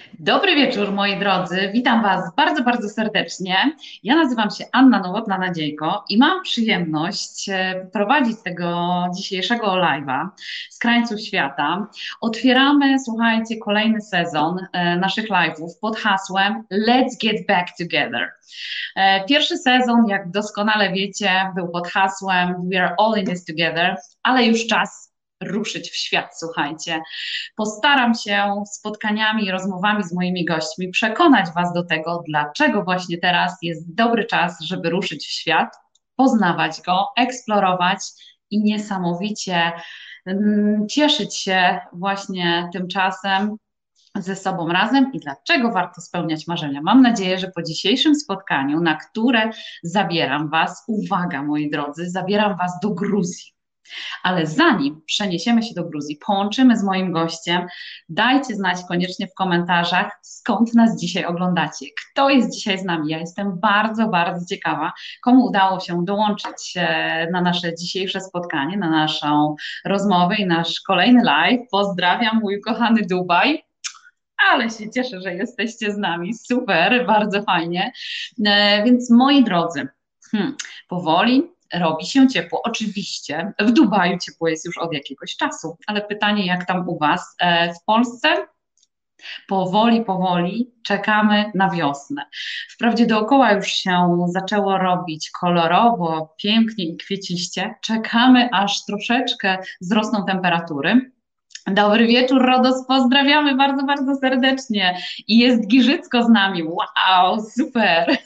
Dobry wieczór, moi drodzy. Witam Was bardzo, bardzo serdecznie. Ja nazywam się Anna Nowotna-Nadziejko i mam przyjemność prowadzić tego dzisiejszego live'a z krańców świata. Otwieramy, słuchajcie, kolejny sezon naszych live'ów pod hasłem Let's Get Back Together. Pierwszy sezon, jak doskonale wiecie, był pod hasłem We are all in this together, ale już czas ruszyć w świat, słuchajcie. Postaram się spotkaniami i rozmowami z moimi gośćmi przekonać Was do tego, dlaczego właśnie teraz jest dobry czas, żeby ruszyć w świat, poznawać go, eksplorować i niesamowicie cieszyć się właśnie tym czasem ze sobą razem i dlaczego warto spełniać marzenia. Mam nadzieję, że po dzisiejszym spotkaniu, na które zabieram Was, uwaga moi drodzy, zabieram Was do Gruzji. Ale zanim przeniesiemy się do Gruzji, połączymy z moim gościem, dajcie znać koniecznie w komentarzach, skąd nas dzisiaj oglądacie. Kto jest dzisiaj z nami? Ja jestem bardzo, bardzo ciekawa, komu udało się dołączyć na nasze dzisiejsze spotkanie, na naszą rozmowę i nasz kolejny live. Pozdrawiam, mój kochany Dubaj. Ale się cieszę, że jesteście z nami. Super, bardzo fajnie. Więc moi drodzy, powoli robi się ciepło. Oczywiście w Dubaju ciepło jest już od jakiegoś czasu, ale pytanie, jak tam u Was? W Polsce powoli, powoli czekamy na wiosnę. Wprawdzie dookoła już się zaczęło robić kolorowo, pięknie i kwieciście. Czekamy, aż troszeczkę wzrosną temperatury. Dobry wieczór, Rodos, pozdrawiamy bardzo, bardzo serdecznie. I jest Giżycko z nami. Wow, super.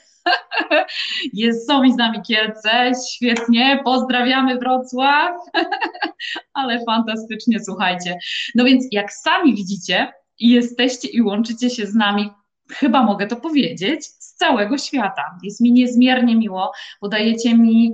Są i z nami Kielce, świetnie, pozdrawiamy Wrocław, ale fantastycznie, słuchajcie. No więc jak sami widzicie, jesteście i łączycie się z nami, chyba mogę to powiedzieć, z całego świata. Jest mi niezmiernie miło, bo dajecie mi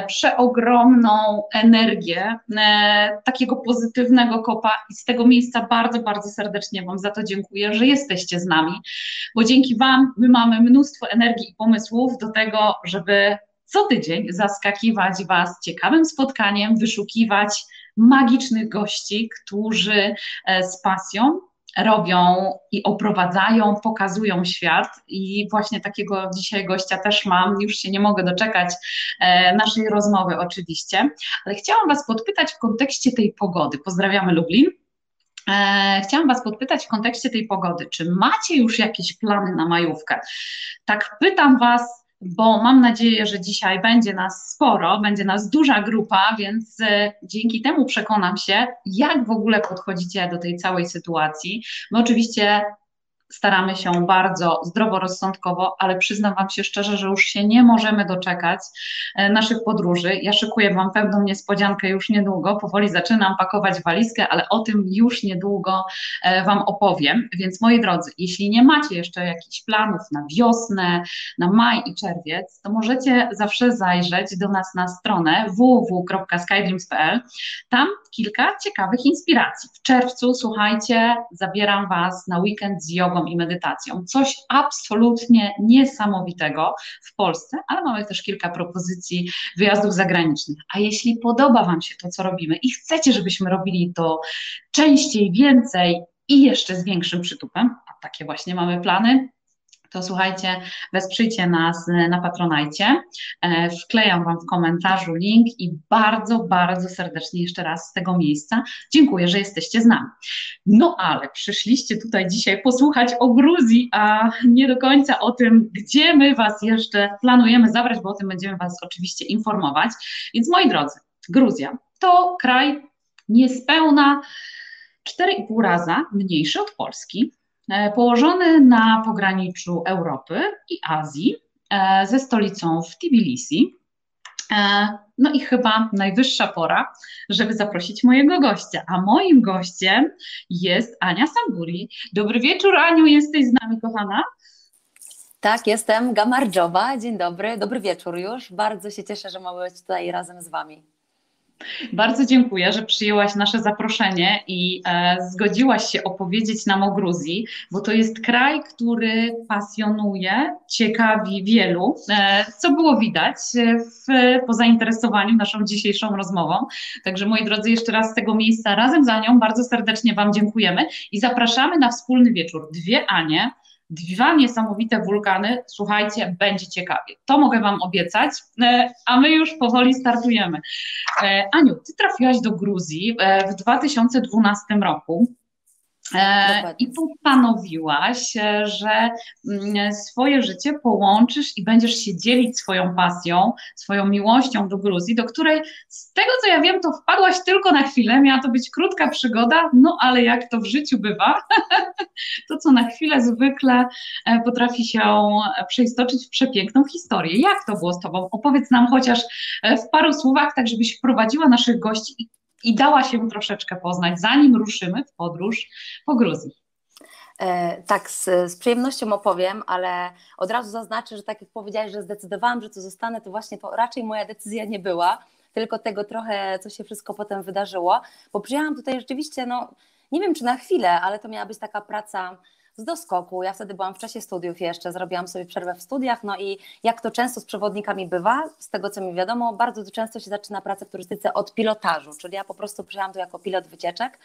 przeogromną energię, takiego pozytywnego kopa i z tego miejsca bardzo, bardzo serdecznie Wam za to dziękuję, że jesteście z nami, bo dzięki Wam my mamy mnóstwo energii i pomysłów do tego, żeby co tydzień zaskakiwać Was ciekawym spotkaniem, wyszukiwać magicznych gości, którzy z pasją robią i oprowadzają, pokazują świat i właśnie takiego dzisiaj gościa też mam, już się nie mogę doczekać naszej rozmowy oczywiście, ale chciałam Was podpytać w kontekście tej pogody, pozdrawiamy Lublin, chciałam Was podpytać w kontekście tej pogody, czy macie już jakieś plany na majówkę? Tak pytam Was, bo mam nadzieję, że dzisiaj będzie nas sporo, będzie nas duża grupa, więc dzięki temu przekonam się, jak w ogóle podchodzicie do tej całej sytuacji. My oczywiście staramy się bardzo zdroworozsądkowo, ale przyznam Wam się szczerze, że już się nie możemy doczekać naszych podróży. Ja szykuję Wam pewną niespodziankę już niedługo, powoli zaczynam pakować walizkę, ale o tym już niedługo Wam opowiem. Więc moi drodzy, jeśli nie macie jeszcze jakichś planów na wiosnę, na maj i czerwiec, to możecie zawsze zajrzeć do nas na stronę www.skydreams.pl. Tam kilka ciekawych inspiracji. W czerwcu, słuchajcie, zabieram Was na weekend z jogą i medytacją. Coś absolutnie niesamowitego w Polsce, ale mamy też kilka propozycji wyjazdów zagranicznych. A jeśli podoba Wam się to, co robimy i chcecie, żebyśmy robili to częściej, więcej i jeszcze z większym przytupem, a takie właśnie mamy plany, to słuchajcie, wesprzyjcie nas na Patronajcie. Wklejam Wam w komentarzu link i bardzo, bardzo serdecznie jeszcze raz z tego miejsca dziękuję, że jesteście z nami. No ale przyszliście tutaj dzisiaj posłuchać o Gruzji, a nie do końca o tym, gdzie my Was jeszcze planujemy zabrać, bo o tym będziemy Was oczywiście informować. Więc moi drodzy, Gruzja to kraj niespełna 4,5 raza mniejszy od Polski, położony na pograniczu Europy i Azji, ze stolicą w Tbilisi. No i chyba najwyższa pora, żeby zaprosić mojego gościa. A moim gościem jest Ania Samburi. Dobry wieczór, Aniu, jesteś z nami, kochana? Tak, jestem Gamardżowa. Dzień dobry, dobry wieczór już. Bardzo się cieszę, że mogę być tutaj razem z Wami. Bardzo dziękuję, że przyjęłaś nasze zaproszenie i zgodziłaś się opowiedzieć nam o Gruzji, bo to jest kraj, który pasjonuje, ciekawi wielu, co było widać po zainteresowaniu naszą dzisiejszą rozmową. Także moi drodzy, jeszcze raz z tego miejsca razem za nią bardzo serdecznie Wam dziękujemy i zapraszamy na wspólny wieczór. Dwie Anie, dwa niesamowite wulkany. Słuchajcie, będzie ciekawie. To mogę Wam obiecać, a my już powoli startujemy. Aniu, ty trafiłaś do Gruzji w 2012 roku. I Dokładnie. postanowiłaś, że swoje życie połączysz i będziesz się dzielić swoją pasją, swoją miłością do Gruzji, do której z tego co ja wiem, to wpadłaś tylko na chwilę, miała to być krótka przygoda, no ale jak to w życiu bywa, to co na chwilę zwykle potrafi się przeistoczyć w przepiękną historię. Jak to było z tobą? Opowiedz nam chociaż w paru słowach, tak żebyś wprowadziła naszych gości i dała się troszeczkę poznać, zanim ruszymy w podróż po Gruzji. Tak, z przyjemnością opowiem, ale od razu zaznaczę, że tak jak powiedziałaś, że zdecydowałam, że tu zostanę, to właśnie to raczej moja decyzja nie była, tylko tego trochę, co się wszystko potem wydarzyło, bo przyjechałam tutaj rzeczywiście, no nie wiem czy na chwilę, ale to miała być taka praca z doskoku. Ja wtedy byłam w czasie studiów jeszcze, zrobiłam sobie przerwę w studiach, no i jak to często z przewodnikami bywa, z tego co mi wiadomo, bardzo często się zaczyna praca w turystyce od pilotażu, czyli ja po prostu przyjechałam tu jako pilot wycieczek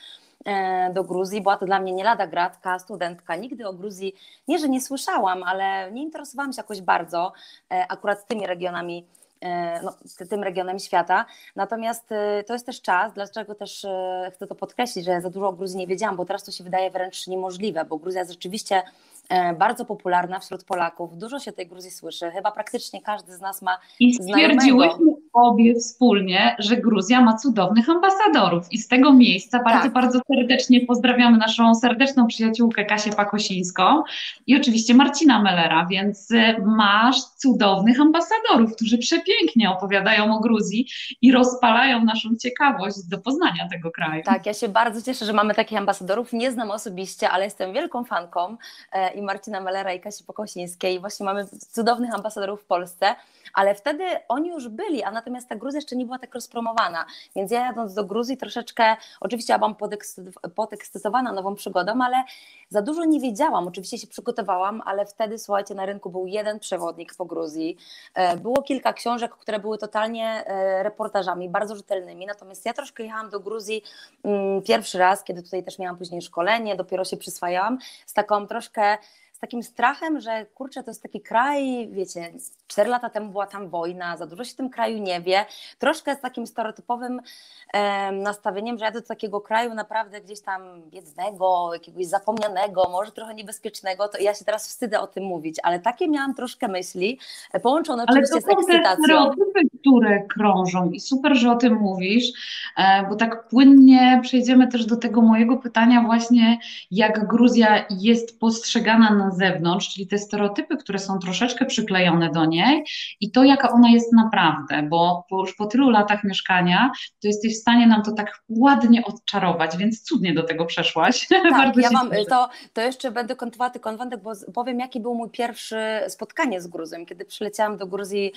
do Gruzji. Była to dla mnie nie lada gratka, studentka. Nigdy o Gruzji nie, że nie słyszałam, ale nie interesowałam się jakoś bardzo akurat tymi regionami, no, tym regionem świata. Natomiast to jest też czas, dlaczego też chcę to podkreślić, że za dużo o Gruzji nie wiedziałam, bo teraz to się wydaje wręcz niemożliwe, bo Gruzja jest rzeczywiście bardzo popularna wśród Polaków. Dużo się tej Gruzji słyszy. Chyba praktycznie każdy z nas ma I znajomego. stwierdziłyśmy obie wspólnie, że Gruzja ma cudownych ambasadorów. I z tego miejsca bardzo, Tak. bardzo serdecznie pozdrawiamy naszą serdeczną przyjaciółkę Kasię Pakosińską i oczywiście Marcina Mellera, więc masz cudownych ambasadorów, którzy przepięknie opowiadają o Gruzji i rozpalają naszą ciekawość do poznania tego kraju. Tak, ja się bardzo cieszę, że mamy takich ambasadorów. Nie znam osobiście, ale jestem wielką fanką i Marcina Mellera i Kasi Pokosińskiej. Właśnie mamy cudownych ambasadorów w Polsce, ale wtedy oni już byli, a natomiast ta Gruzja jeszcze nie była tak rozpromowana. Więc ja jadąc do Gruzji troszeczkę, oczywiście ja byłam podekscytowana nową przygodą, ale za dużo nie wiedziałam. Oczywiście się przygotowałam, ale wtedy, słuchajcie, na rynku był jeden przewodnik po Gruzji. Było kilka książek, które były totalnie reportażami, bardzo rzetelnymi, natomiast ja troszkę jechałam do Gruzji pierwszy raz, kiedy tutaj też miałam później szkolenie, dopiero się przyswajałam z taką troszkę, z takim strachem, że kurczę, to jest taki kraj, wiecie, 4 lata temu była tam wojna, za dużo się w tym kraju nie wie, troszkę z takim stereotypowym nastawieniem, że jadę do takiego kraju naprawdę gdzieś tam biednego, jakiegoś zapomnianego, może trochę niebezpiecznego, to ja się teraz wstydzę o tym mówić, ale takie miałam troszkę myśli, połączone Ale oczywiście to z są te ekscytacją. stereotypy, które krążą i super, że o tym mówisz, bo tak płynnie przejdziemy też do tego mojego pytania właśnie, jak Gruzja jest postrzegana na zewnątrz, czyli te stereotypy, które są troszeczkę przyklejone do niej i to, jaka ona jest naprawdę, bo już po tylu latach mieszkania, to jesteś w stanie nam to tak ładnie odczarować, więc cudnie do tego przeszłaś. Tak, Bardzo ja się wam cieszę. to jeszcze będę kontynuować ten wątek, bo powiem, jaki był mój pierwszy spotkanie z Gruzją. Kiedy przyleciałam do Gruzji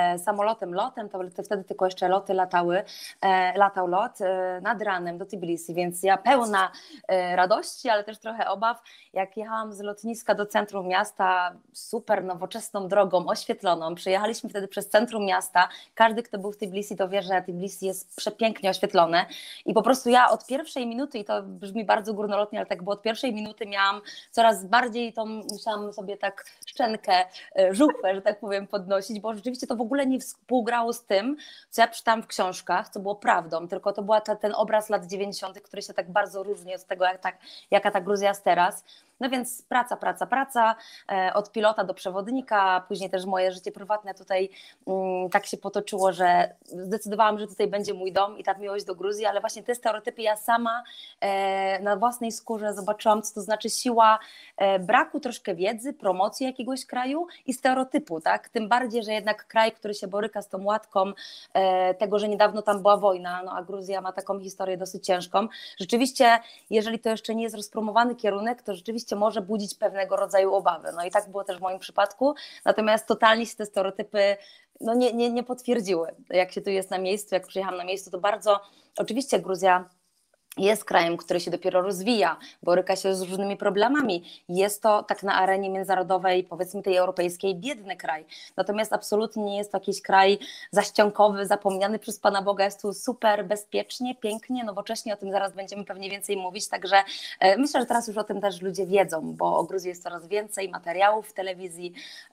lotem, to wtedy tylko jeszcze loty latały, latał lot nad ranem do Tbilisi, więc ja pełna radości, ale też trochę obaw, jak jechałam z lotniska do centrum miasta, super nowoczesną drogą, oświetloną, przejechaliśmy wtedy przez centrum miasta, każdy, kto był w Tbilisi, to wie, że Tbilisi jest przepięknie oświetlone i po prostu ja od pierwszej minuty, i to brzmi bardzo górnolotnie, ale tak było, od pierwszej minuty miałam coraz bardziej tą, musiałam sobie tak szczękę, żuchwę, że tak powiem, podnosić, bo rzeczywiście to w ogóle nie współgrało z tym, co ja przeczytałam w książkach, co było prawdą, tylko to był ten obraz lat 90., który się tak bardzo różni od tego, jaka ta Gruzja jest teraz. No więc praca, od pilota do przewodnika, później też moje życie prywatne tutaj tak się potoczyło, że zdecydowałam, że tutaj będzie mój dom i ta miłość do Gruzji, ale właśnie te stereotypy ja sama na własnej skórze zobaczyłam, co to znaczy siła braku troszkę wiedzy, promocji jakiegoś kraju i stereotypu, tak? Tym bardziej, że jednak kraj, który się boryka z tą łatką tego, że niedawno tam była wojna, no a Gruzja ma taką historię dosyć ciężką. Rzeczywiście, jeżeli to jeszcze nie jest rozpromowany kierunek, to rzeczywiście może budzić pewnego rodzaju obawy. No i tak było też w moim przypadku, natomiast totalnie się te stereotypy no nie potwierdziły. Jak się tu jest na miejscu, jak przyjechałam na miejscu, to bardzo, oczywiście Gruzja jest krajem, który się dopiero rozwija, boryka się z różnymi problemami. Jest to tak na arenie międzynarodowej, powiedzmy tej europejskiej, biedny kraj. Natomiast absolutnie nie jest to jakiś kraj zaściankowy, zapomniany przez Pana Boga. Jest tu super bezpiecznie, pięknie, nowocześnie. O tym zaraz będziemy pewnie więcej mówić. Także myślę, że teraz już o tym też ludzie wiedzą, bo o Gruzji jest coraz więcej materiałów w telewizji,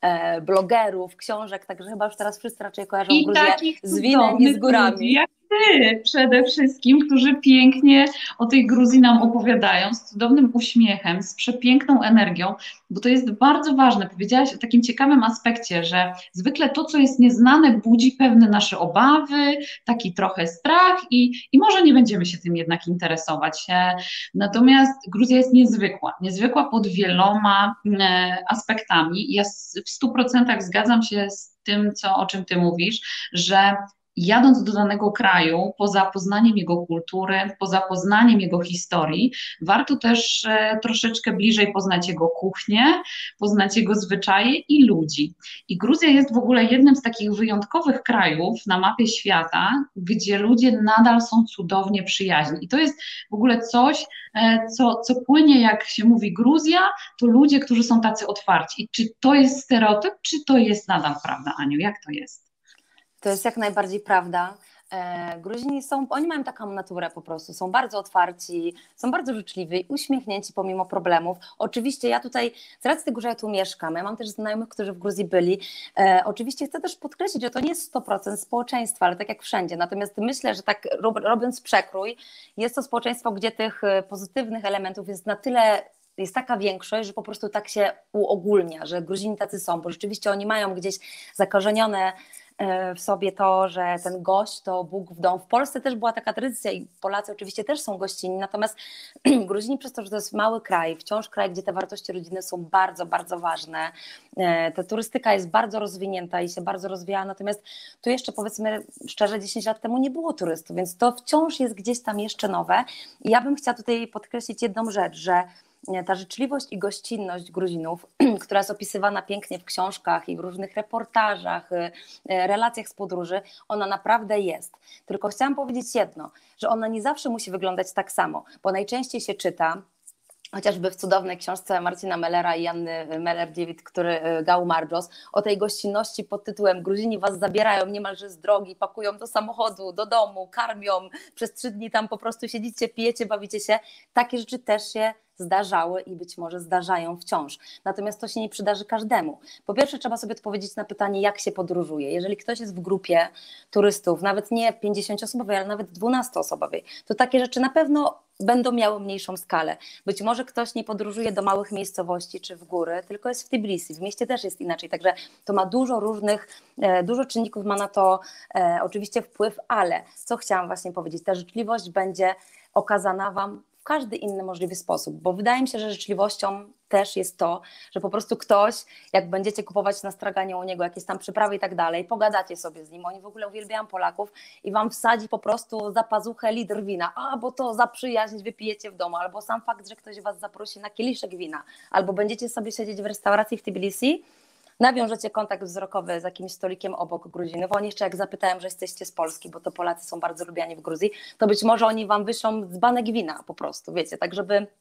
blogerów, książek. Także chyba już teraz wszyscy raczej kojarzą I Gruzję takich z winem i z cudownych górami. ludzi jak ty przede wszystkim, którzy pięknie o tej Gruzji nam opowiadają, z cudownym uśmiechem, z przepiękną energią, bo to jest bardzo ważne. Powiedziałaś o takim ciekawym aspekcie, że zwykle to, co jest nieznane, budzi pewne nasze obawy, taki trochę strach i może nie będziemy się tym jednak interesować. Natomiast Gruzja jest niezwykła, niezwykła pod wieloma aspektami. Ja w 100% zgadzam się z tym, o czym ty mówisz, że jadąc do danego kraju, poza poznaniem jego kultury, poza poznaniem jego historii, warto też troszeczkę bliżej poznać jego kuchnię, poznać jego zwyczaje i ludzi. I Gruzja jest w ogóle jednym z takich wyjątkowych krajów na mapie świata, gdzie ludzie nadal są cudownie przyjaźni. I to jest w ogóle coś, co płynie, jak się mówi Gruzja, to ludzie, którzy są tacy otwarci. I czy to jest stereotyp, czy to jest nadal prawda, Aniu? Jak to jest? To jest jak najbardziej prawda. Gruzini oni mają taką naturę po prostu, są bardzo otwarci, są bardzo życzliwi, uśmiechnięci pomimo problemów. Oczywiście ja tutaj, z racji tego, że ja tu mieszkam, ja mam też znajomych, którzy w Gruzji byli, oczywiście chcę też podkreślić, że to nie jest 100% społeczeństwa, ale tak jak wszędzie, natomiast myślę, że tak robiąc przekrój, jest to społeczeństwo, gdzie tych pozytywnych elementów jest na tyle, jest taka większość, że po prostu tak się uogólnia, że Gruzini tacy są, bo rzeczywiście oni mają gdzieś zakorzenione w sobie to, że ten gość to Bóg w dom. W Polsce też była taka tradycja i Polacy oczywiście też są gościnni, natomiast Gruzini przez to, że to jest mały kraj, wciąż kraj, gdzie te wartości rodzinne są bardzo, bardzo ważne. Ta turystyka jest bardzo rozwinięta i się bardzo rozwijała, natomiast tu jeszcze powiedzmy szczerze 10 lat temu nie było turystów, więc to wciąż jest gdzieś tam jeszcze nowe. I ja bym chciała tutaj podkreślić jedną rzecz, że ta życzliwość i gościnność Gruzinów, która jest opisywana pięknie w książkach i w różnych reportażach, relacjach z podróży, ona naprawdę jest. Tylko chciałam powiedzieć jedno, że ona nie zawsze musi wyglądać tak samo, bo najczęściej się czyta, chociażby w cudownej książce Marcina Mellera i Anny Meller-Dziewit, który Gał Marджos, o tej gościnności pod tytułem Gruzini was zabierają niemalże z drogi, pakują do samochodu, do domu, karmią, przez 3 dni tam po prostu siedzicie, pijecie, bawicie się. Takie rzeczy też się zdarzały i być może zdarzają wciąż. Natomiast to się nie przydarzy każdemu. Po pierwsze trzeba sobie odpowiedzieć na pytanie, jak się podróżuje. Jeżeli ktoś jest w grupie turystów, nawet nie 50-osobowej, ale nawet 12-osobowej, to takie rzeczy na pewno będą miały mniejszą skalę. Być może ktoś nie podróżuje do małych miejscowości czy w góry, tylko jest w Tbilisi. W mieście też jest inaczej, także to ma dużo różnych, dużo czynników ma na to oczywiście wpływ, ale co chciałam właśnie powiedzieć, ta życzliwość będzie okazana Wam w każdy inny możliwy sposób, bo wydaje mi się, że życzliwością też jest to, że po prostu ktoś, jak będziecie kupować na straganie u niego jakieś tam przyprawy i tak dalej, pogadacie sobie z nim, oni w ogóle uwielbiają Polaków i wam wsadzi po prostu za pazuchę litr wina, bo to za przyjaźń wypijecie w domu, albo sam fakt, że ktoś was zaprosi na kieliszek wina, albo będziecie sobie siedzieć w restauracji w Tbilisi, nawiążecie kontakt wzrokowy z jakimś stolikiem obok Gruzinów. Oni jeszcze jak zapytałem, że jesteście z Polski, bo to Polacy są bardzo lubiani w Gruzji, to być może oni wam wyślą dzbanek wina po prostu, wiecie, tak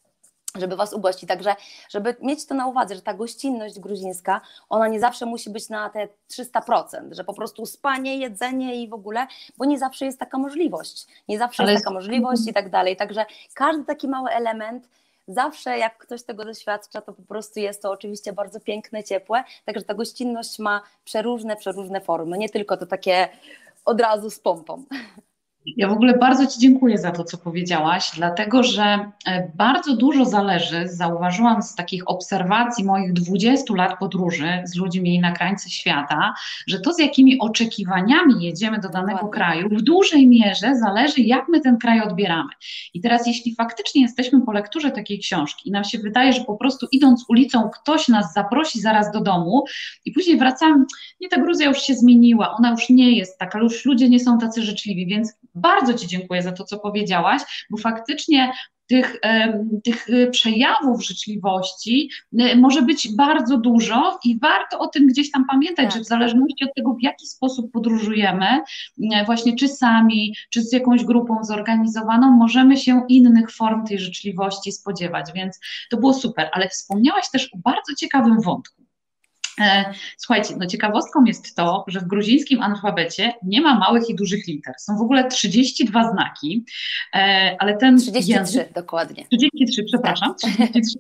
żeby was ugościć. Także żeby mieć to na uwadze, że ta gościnność gruzińska, ona nie zawsze musi być na te 300%, że po prostu spanie, jedzenie i w ogóle, bo nie zawsze jest taka możliwość. Nie zawsze jest taka możliwość i tak dalej. Także każdy taki mały element, zawsze jak ktoś tego doświadcza, to po prostu jest to oczywiście bardzo piękne, ciepłe, także ta gościnność ma przeróżne formy, nie tylko to takie od razu z pompą. Ja w ogóle bardzo Ci dziękuję za to, co powiedziałaś, dlatego że bardzo dużo zależy, zauważyłam z takich obserwacji moich 20 lat podróży z ludźmi na krańcu świata, że to, z jakimi oczekiwaniami jedziemy do danego kraju, w dużej mierze zależy, jak my ten kraj odbieramy. I teraz, jeśli faktycznie jesteśmy po lekturze takiej książki i nam się wydaje, że po prostu idąc ulicą ktoś nas zaprosi zaraz do domu i później wracamy, nie, ta Gruzja już się zmieniła, ona już nie jest taka, już ludzie nie są tacy życzliwi, więc bardzo Ci dziękuję za to, co powiedziałaś, bo faktycznie tych przejawów życzliwości może być bardzo dużo i warto o tym gdzieś tam pamiętać, że w Tak, tak. zależności od tego, w jaki sposób podróżujemy, właśnie czy sami, czy z jakąś grupą zorganizowaną, możemy się innych form tej życzliwości spodziewać, więc to było super, ale wspomniałaś też o bardzo ciekawym wątku. Słuchajcie, no ciekawostką jest to, że w gruzińskim alfabecie nie ma małych i dużych liter. Są w ogóle 32 znaki, ale ten język... 33 dokładnie. 33, Tak. przepraszam, 33.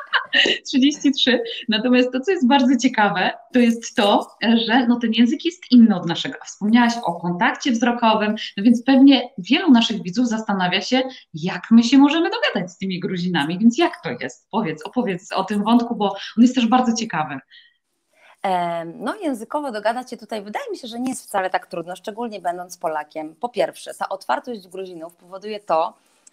33. Natomiast to, co jest bardzo ciekawe, to jest to, że no, ten język jest inny od naszego. Wspomniałaś o kontakcie wzrokowym, no więc pewnie wielu naszych widzów zastanawia się, jak my się możemy dogadać z tymi Gruzinami. Więc jak to jest? Opowiedz o tym wątku, bo on jest też bardzo ciekawy. No językowo dogadać się tutaj wydaje mi się, że nie jest wcale tak trudno, szczególnie będąc Polakiem. Po pierwsze, ta otwartość Gruzinów powoduje to,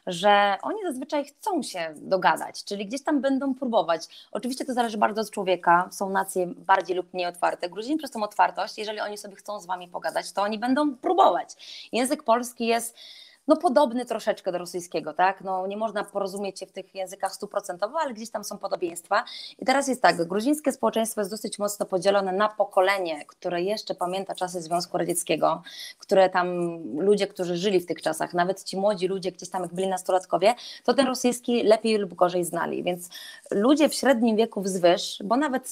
że oni zazwyczaj chcą się dogadać, czyli gdzieś tam będą próbować. Oczywiście to zależy bardzo od człowieka, są nacje bardziej lub mniej otwarte. Gruzini przez tą otwartość, jeżeli oni sobie chcą z wami pogadać, to oni będą próbować. Język polski jest no podobny troszeczkę do rosyjskiego, tak? No nie można porozumieć się w tych językach 100%, ale gdzieś tam są podobieństwa. I teraz jest tak, gruzińskie społeczeństwo jest dosyć mocno podzielone na pokolenie, które jeszcze pamięta czasy Związku Radzieckiego, które tam ludzie, którzy żyli w tych czasach, nawet ci młodzi ludzie gdzieś tam jak byli nastolatkowie, to ten rosyjski lepiej lub gorzej znali, więc ludzie w średnim wieku wzwyż, bo nawet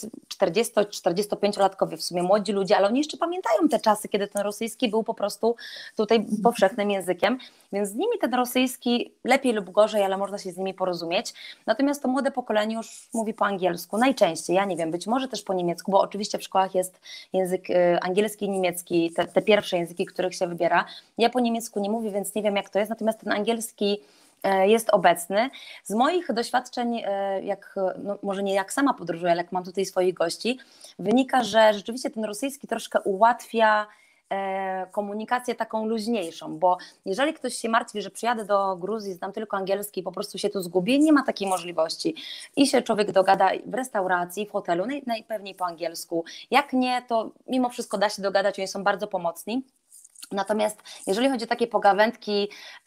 40-45-latkowie w sumie młodzi ludzie, ale oni jeszcze pamiętają te czasy, kiedy ten rosyjski był po prostu tutaj powszechnym językiem, więc z nimi ten rosyjski lepiej lub gorzej, ale można się z nimi porozumieć. Natomiast to młode pokolenie już mówi po angielsku, najczęściej, ja nie wiem, być może też po niemiecku, bo oczywiście w szkołach jest język angielski i niemiecki, te pierwsze języki, których się wybiera. Ja po niemiecku nie mówię, więc nie wiem jak to jest, natomiast ten angielski jest obecny. Z moich doświadczeń, no może nie jak sama podróżuję, ale jak mam tutaj swoich gości, wynika, że rzeczywiście ten rosyjski troszkę ułatwia komunikację taką luźniejszą, bo jeżeli ktoś się martwi, że przyjadę do Gruzji, znam tylko angielski i po prostu się tu zgubię, nie ma takiej możliwości. I się człowiek dogada w restauracji, w hotelu, najpewniej po angielsku. Jak nie, to mimo wszystko da się dogadać, oni są bardzo pomocni. Natomiast jeżeli chodzi o takie pogawędki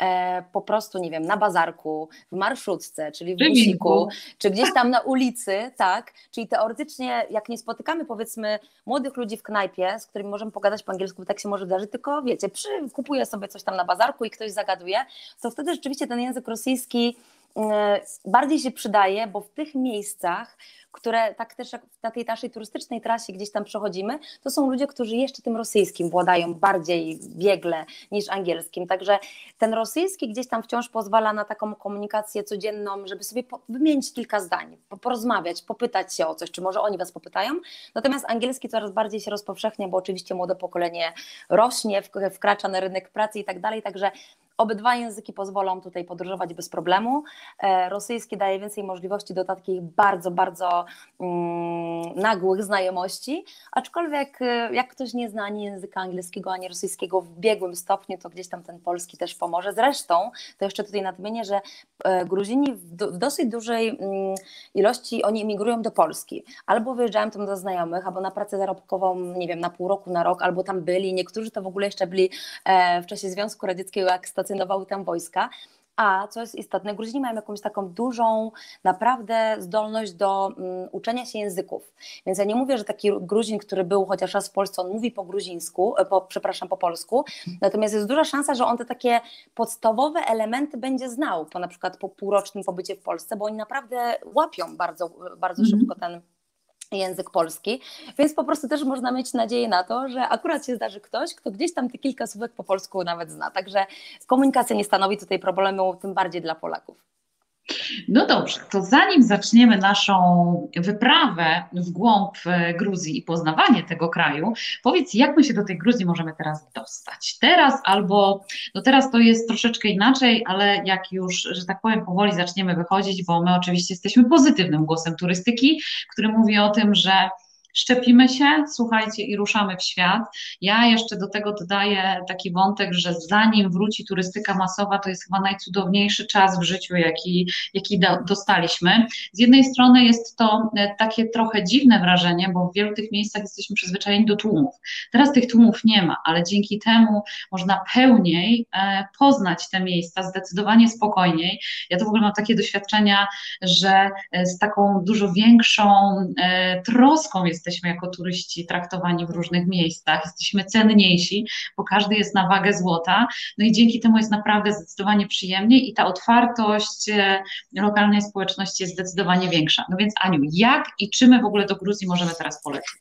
po prostu, nie wiem, na bazarku, w marszutce, czyli w busiku, czy gdzieś tam na ulicy, tak, czyli teoretycznie jak nie spotykamy powiedzmy młodych ludzi w knajpie, z którymi możemy pogadać po angielsku, bo tak się może wydarzyć, tylko wiecie, kupuję sobie coś tam na bazarku i ktoś zagaduje, to wtedy rzeczywiście ten język rosyjski bardziej się przydaje, bo w tych miejscach, które tak też jak na tej naszej turystycznej trasie gdzieś tam przechodzimy, to są ludzie, którzy jeszcze tym rosyjskim władają bardziej biegle niż angielskim. Także ten rosyjski gdzieś tam wciąż pozwala na taką komunikację codzienną, żeby sobie wymienić kilka zdań, porozmawiać, popytać się o coś, czy może oni was popytają. Natomiast angielski coraz bardziej się rozpowszechnia, bo oczywiście młode pokolenie rośnie, wkracza na rynek pracy i tak dalej, także obydwa języki pozwolą tutaj podróżować bez problemu. Rosyjski daje więcej możliwości do takich bardzo, bardzo nagłych znajomości, aczkolwiek jak ktoś nie zna ani języka angielskiego, ani rosyjskiego w biegłym stopniu, to gdzieś tam ten polski też pomoże. Zresztą, to jeszcze tutaj nadmienię, że Gruzini w dosyć dużej ilości oni emigrują do Polski. Albo wyjeżdżają tam do znajomych, albo na pracę zarobkową, nie wiem, na pół roku, na rok, albo tam byli. Niektórzy to w ogóle jeszcze byli w czasie Związku Radzieckiego, jak stacjonowały tam wojska. A co jest istotne, Gruzini mają jakąś taką dużą naprawdę zdolność do uczenia się języków. Więc ja nie mówię, że taki Gruzin, który był chociaż raz w Polsce, on mówi po gruzińsku, po polsku, natomiast jest duża szansa, że on te takie podstawowe elementy będzie znał, na przykład po półrocznym pobycie w Polsce, bo oni naprawdę łapią bardzo, bardzo szybko ten język polski, więc po prostu też można mieć nadzieję na to, że akurat się zdarzy ktoś, kto gdzieś tam te kilka słówek po polsku nawet zna, także komunikacja nie stanowi tutaj problemu, tym bardziej dla Polaków. No dobrze, to zanim zaczniemy naszą wyprawę w głąb Gruzji i poznawanie tego kraju, powiedz, jak my się do tej Gruzji możemy teraz dostać? Teraz albo, no teraz to jest troszeczkę inaczej, ale jak już, że tak powiem, powoli zaczniemy wychodzić, bo my oczywiście jesteśmy pozytywnym głosem turystyki, który mówi o tym, że szczepimy się, słuchajcie, i ruszamy w świat. Ja jeszcze do tego dodaję taki wątek, że zanim wróci turystyka masowa, to jest chyba najcudowniejszy czas w życiu, jaki dostaliśmy. Z jednej strony jest to takie trochę dziwne wrażenie, bo w wielu tych miejscach jesteśmy przyzwyczajeni do tłumów. Teraz tych tłumów nie ma, ale dzięki temu można pełniej poznać te miejsca, zdecydowanie spokojniej. Ja to w ogóle mam takie doświadczenia, że z taką dużo większą troską jesteśmy jako turyści traktowani w różnych miejscach, jesteśmy cenniejsi, bo każdy jest na wagę złota, no i dzięki temu jest naprawdę zdecydowanie przyjemniej i ta otwartość lokalnej społeczności jest zdecydowanie większa. No więc Aniu, jak i czy my w ogóle do Gruzji możemy teraz polecić?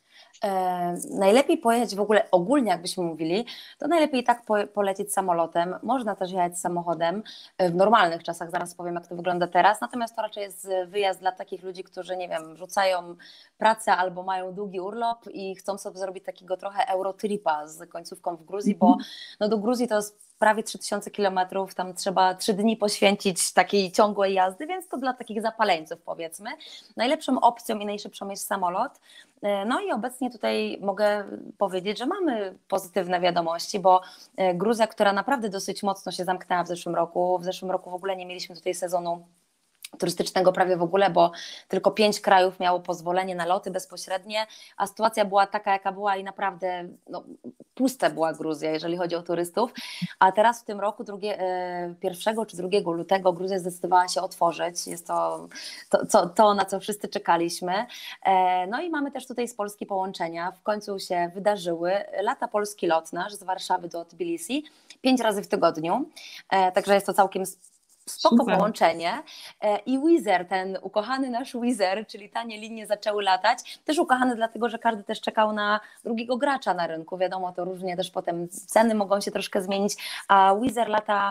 Najlepiej pojechać w ogóle ogólnie, jakbyśmy mówili, to najlepiej tak polecieć samolotem. Można też jechać samochodem w normalnych czasach, zaraz powiem, jak to wygląda teraz, natomiast to raczej jest wyjazd dla takich ludzi, którzy, nie wiem, rzucają pracę albo mają długi urlop i chcą sobie zrobić takiego trochę Eurotripa z końcówką w Gruzji, bo no do Gruzji to jest prawie 3000 kilometrów, tam trzeba 3 dni poświęcić takiej ciągłej jazdy, więc to dla takich zapaleńców, powiedzmy. Najlepszą opcją i najszybszą jest samolot. No i obecnie tutaj mogę powiedzieć, że mamy pozytywne wiadomości, bo Gruzja, która naprawdę dosyć mocno się zamknęła w zeszłym roku w ogóle nie mieliśmy tutaj sezonu turystycznego prawie w ogóle, bo tylko 5 krajów miało pozwolenie na loty bezpośrednie, a sytuacja była taka, jaka była i naprawdę no, pusta była Gruzja, jeżeli chodzi o turystów, a teraz w tym roku 1 czy 2 lutego Gruzja zdecydowała się otworzyć, jest to na co wszyscy czekaliśmy, no i mamy też tutaj z Polski połączenia, w końcu się wydarzyły, lata polski lot nasz z Warszawy do Tbilisi 5 razy w tygodniu, także jest to całkiem spoko połączenie i Wizz Air, ten ukochany nasz Wizz Air, czyli tanie linie zaczęły latać, też ukochany dlatego, że każdy też czekał na drugiego gracza na rynku, wiadomo, to różnie też potem ceny mogą się troszkę zmienić, a Wizz Air lata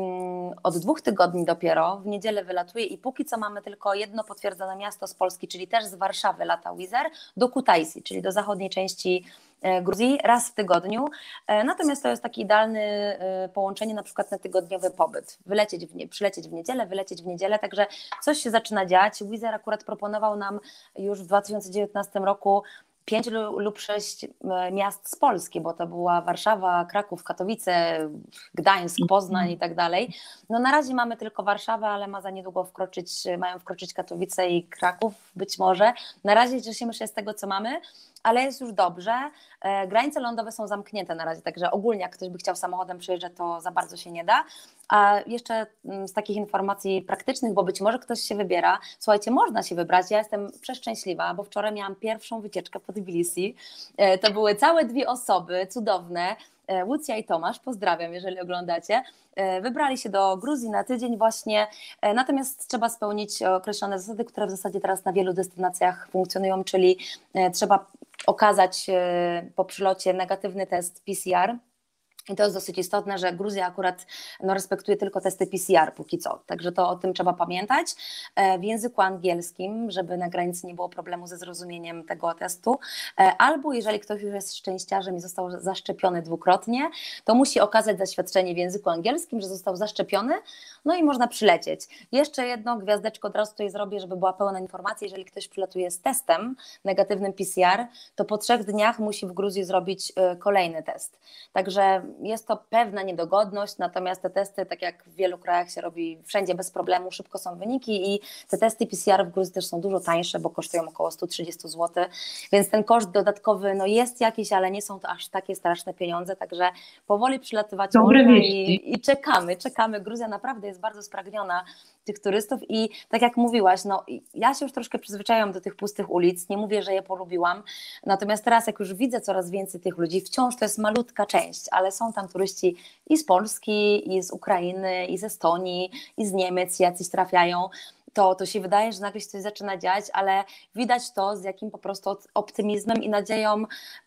od 2 tygodni dopiero, w niedzielę wylatuje i póki co mamy tylko jedno potwierdzone miasto z Polski, czyli też z Warszawy lata Wizz Air do Kutaisi, czyli do zachodniej części Gruzji raz w tygodniu, natomiast to jest takie idealne połączenie na przykład na tygodniowy pobyt, przylecieć w niedzielę, wylecieć w niedzielę, także coś się zaczyna dziać. Wizz Air akurat proponował nam już w 2019 roku 5 lub 6 miast z Polski, bo to była Warszawa, Kraków, Katowice, Gdańsk, Poznań i tak dalej. No na razie mamy tylko Warszawę, ale ma za niedługo mają wkroczyć Katowice i Kraków być może. Na razie cieszymy się z tego, co mamy, ale jest już dobrze. Granice lądowe są zamknięte na razie, także ogólnie jak ktoś by chciał samochodem przyjeżdżać, to za bardzo się nie da. A jeszcze z takich informacji praktycznych, bo być może ktoś się wybiera. Słuchajcie, można się wybrać. Ja jestem przeszczęśliwa, bo wczoraj miałam pierwszą wycieczkę po Tbilisi. To były całe 2 osoby, cudowne. Łucja i Tomasz, pozdrawiam, jeżeli oglądacie. Wybrali się do Gruzji na tydzień właśnie, natomiast trzeba spełnić określone zasady, które w zasadzie teraz na wielu destynacjach funkcjonują, czyli trzeba okazać po przylocie negatywny test PCR. I to jest dosyć istotne, że Gruzja akurat respektuje tylko testy PCR póki co, także to o tym trzeba pamiętać w języku angielskim, żeby na granicy nie było problemu ze zrozumieniem tego testu, albo jeżeli ktoś już jest szczęściarzem i został zaszczepiony 2-krotnie, to musi okazać zaświadczenie w języku angielskim, że został zaszczepiony, no i można przylecieć. Jeszcze jedno gwiazdeczko od razu tutaj zrobię, żeby była pełna informacja, jeżeli ktoś przylatuje z testem negatywnym PCR, to po 3 dniach musi w Gruzji zrobić kolejny test, także jest to pewna niedogodność, natomiast te testy, tak jak w wielu krajach się robi wszędzie bez problemu, szybko są wyniki i te testy PCR w Gruzji też są dużo tańsze, bo kosztują około 130 zł, więc ten koszt dodatkowy jest jakiś, ale nie są to aż takie straszne pieniądze, także powoli przylatywać można i czekamy. Gruzja naprawdę jest bardzo spragniona tych turystów i tak jak mówiłaś, ja się już troszkę przyzwyczaiłam do tych pustych ulic, nie mówię, że je polubiłam, natomiast teraz jak już widzę coraz więcej tych ludzi, wciąż to jest malutka część, ale są tam turyści i z Polski, i z Ukrainy, i z Estonii, i z Niemiec, jacyś trafiają, to się wydaje, że nagle się coś zaczyna dziać, ale widać to z jakim po prostu optymizmem i nadzieją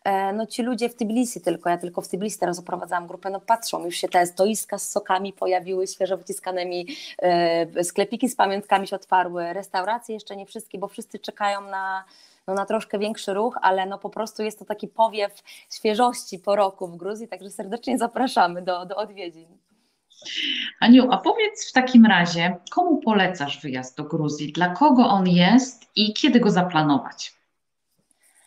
ci ludzie w Tbilisi ja tylko w Tbilisi teraz oprowadzałam grupę, patrzą, już się te stoiska z sokami pojawiły, świeżo wyciskanymi, sklepiki z pamiątkami się otwarły, restauracje jeszcze nie wszystkie, bo wszyscy czekają na troszkę większy ruch, ale po prostu jest to taki powiew świeżości po roku w Gruzji, także serdecznie zapraszamy do odwiedzin. Aniu, a powiedz w takim razie, komu polecasz wyjazd do Gruzji? Dla kogo on jest i kiedy go zaplanować?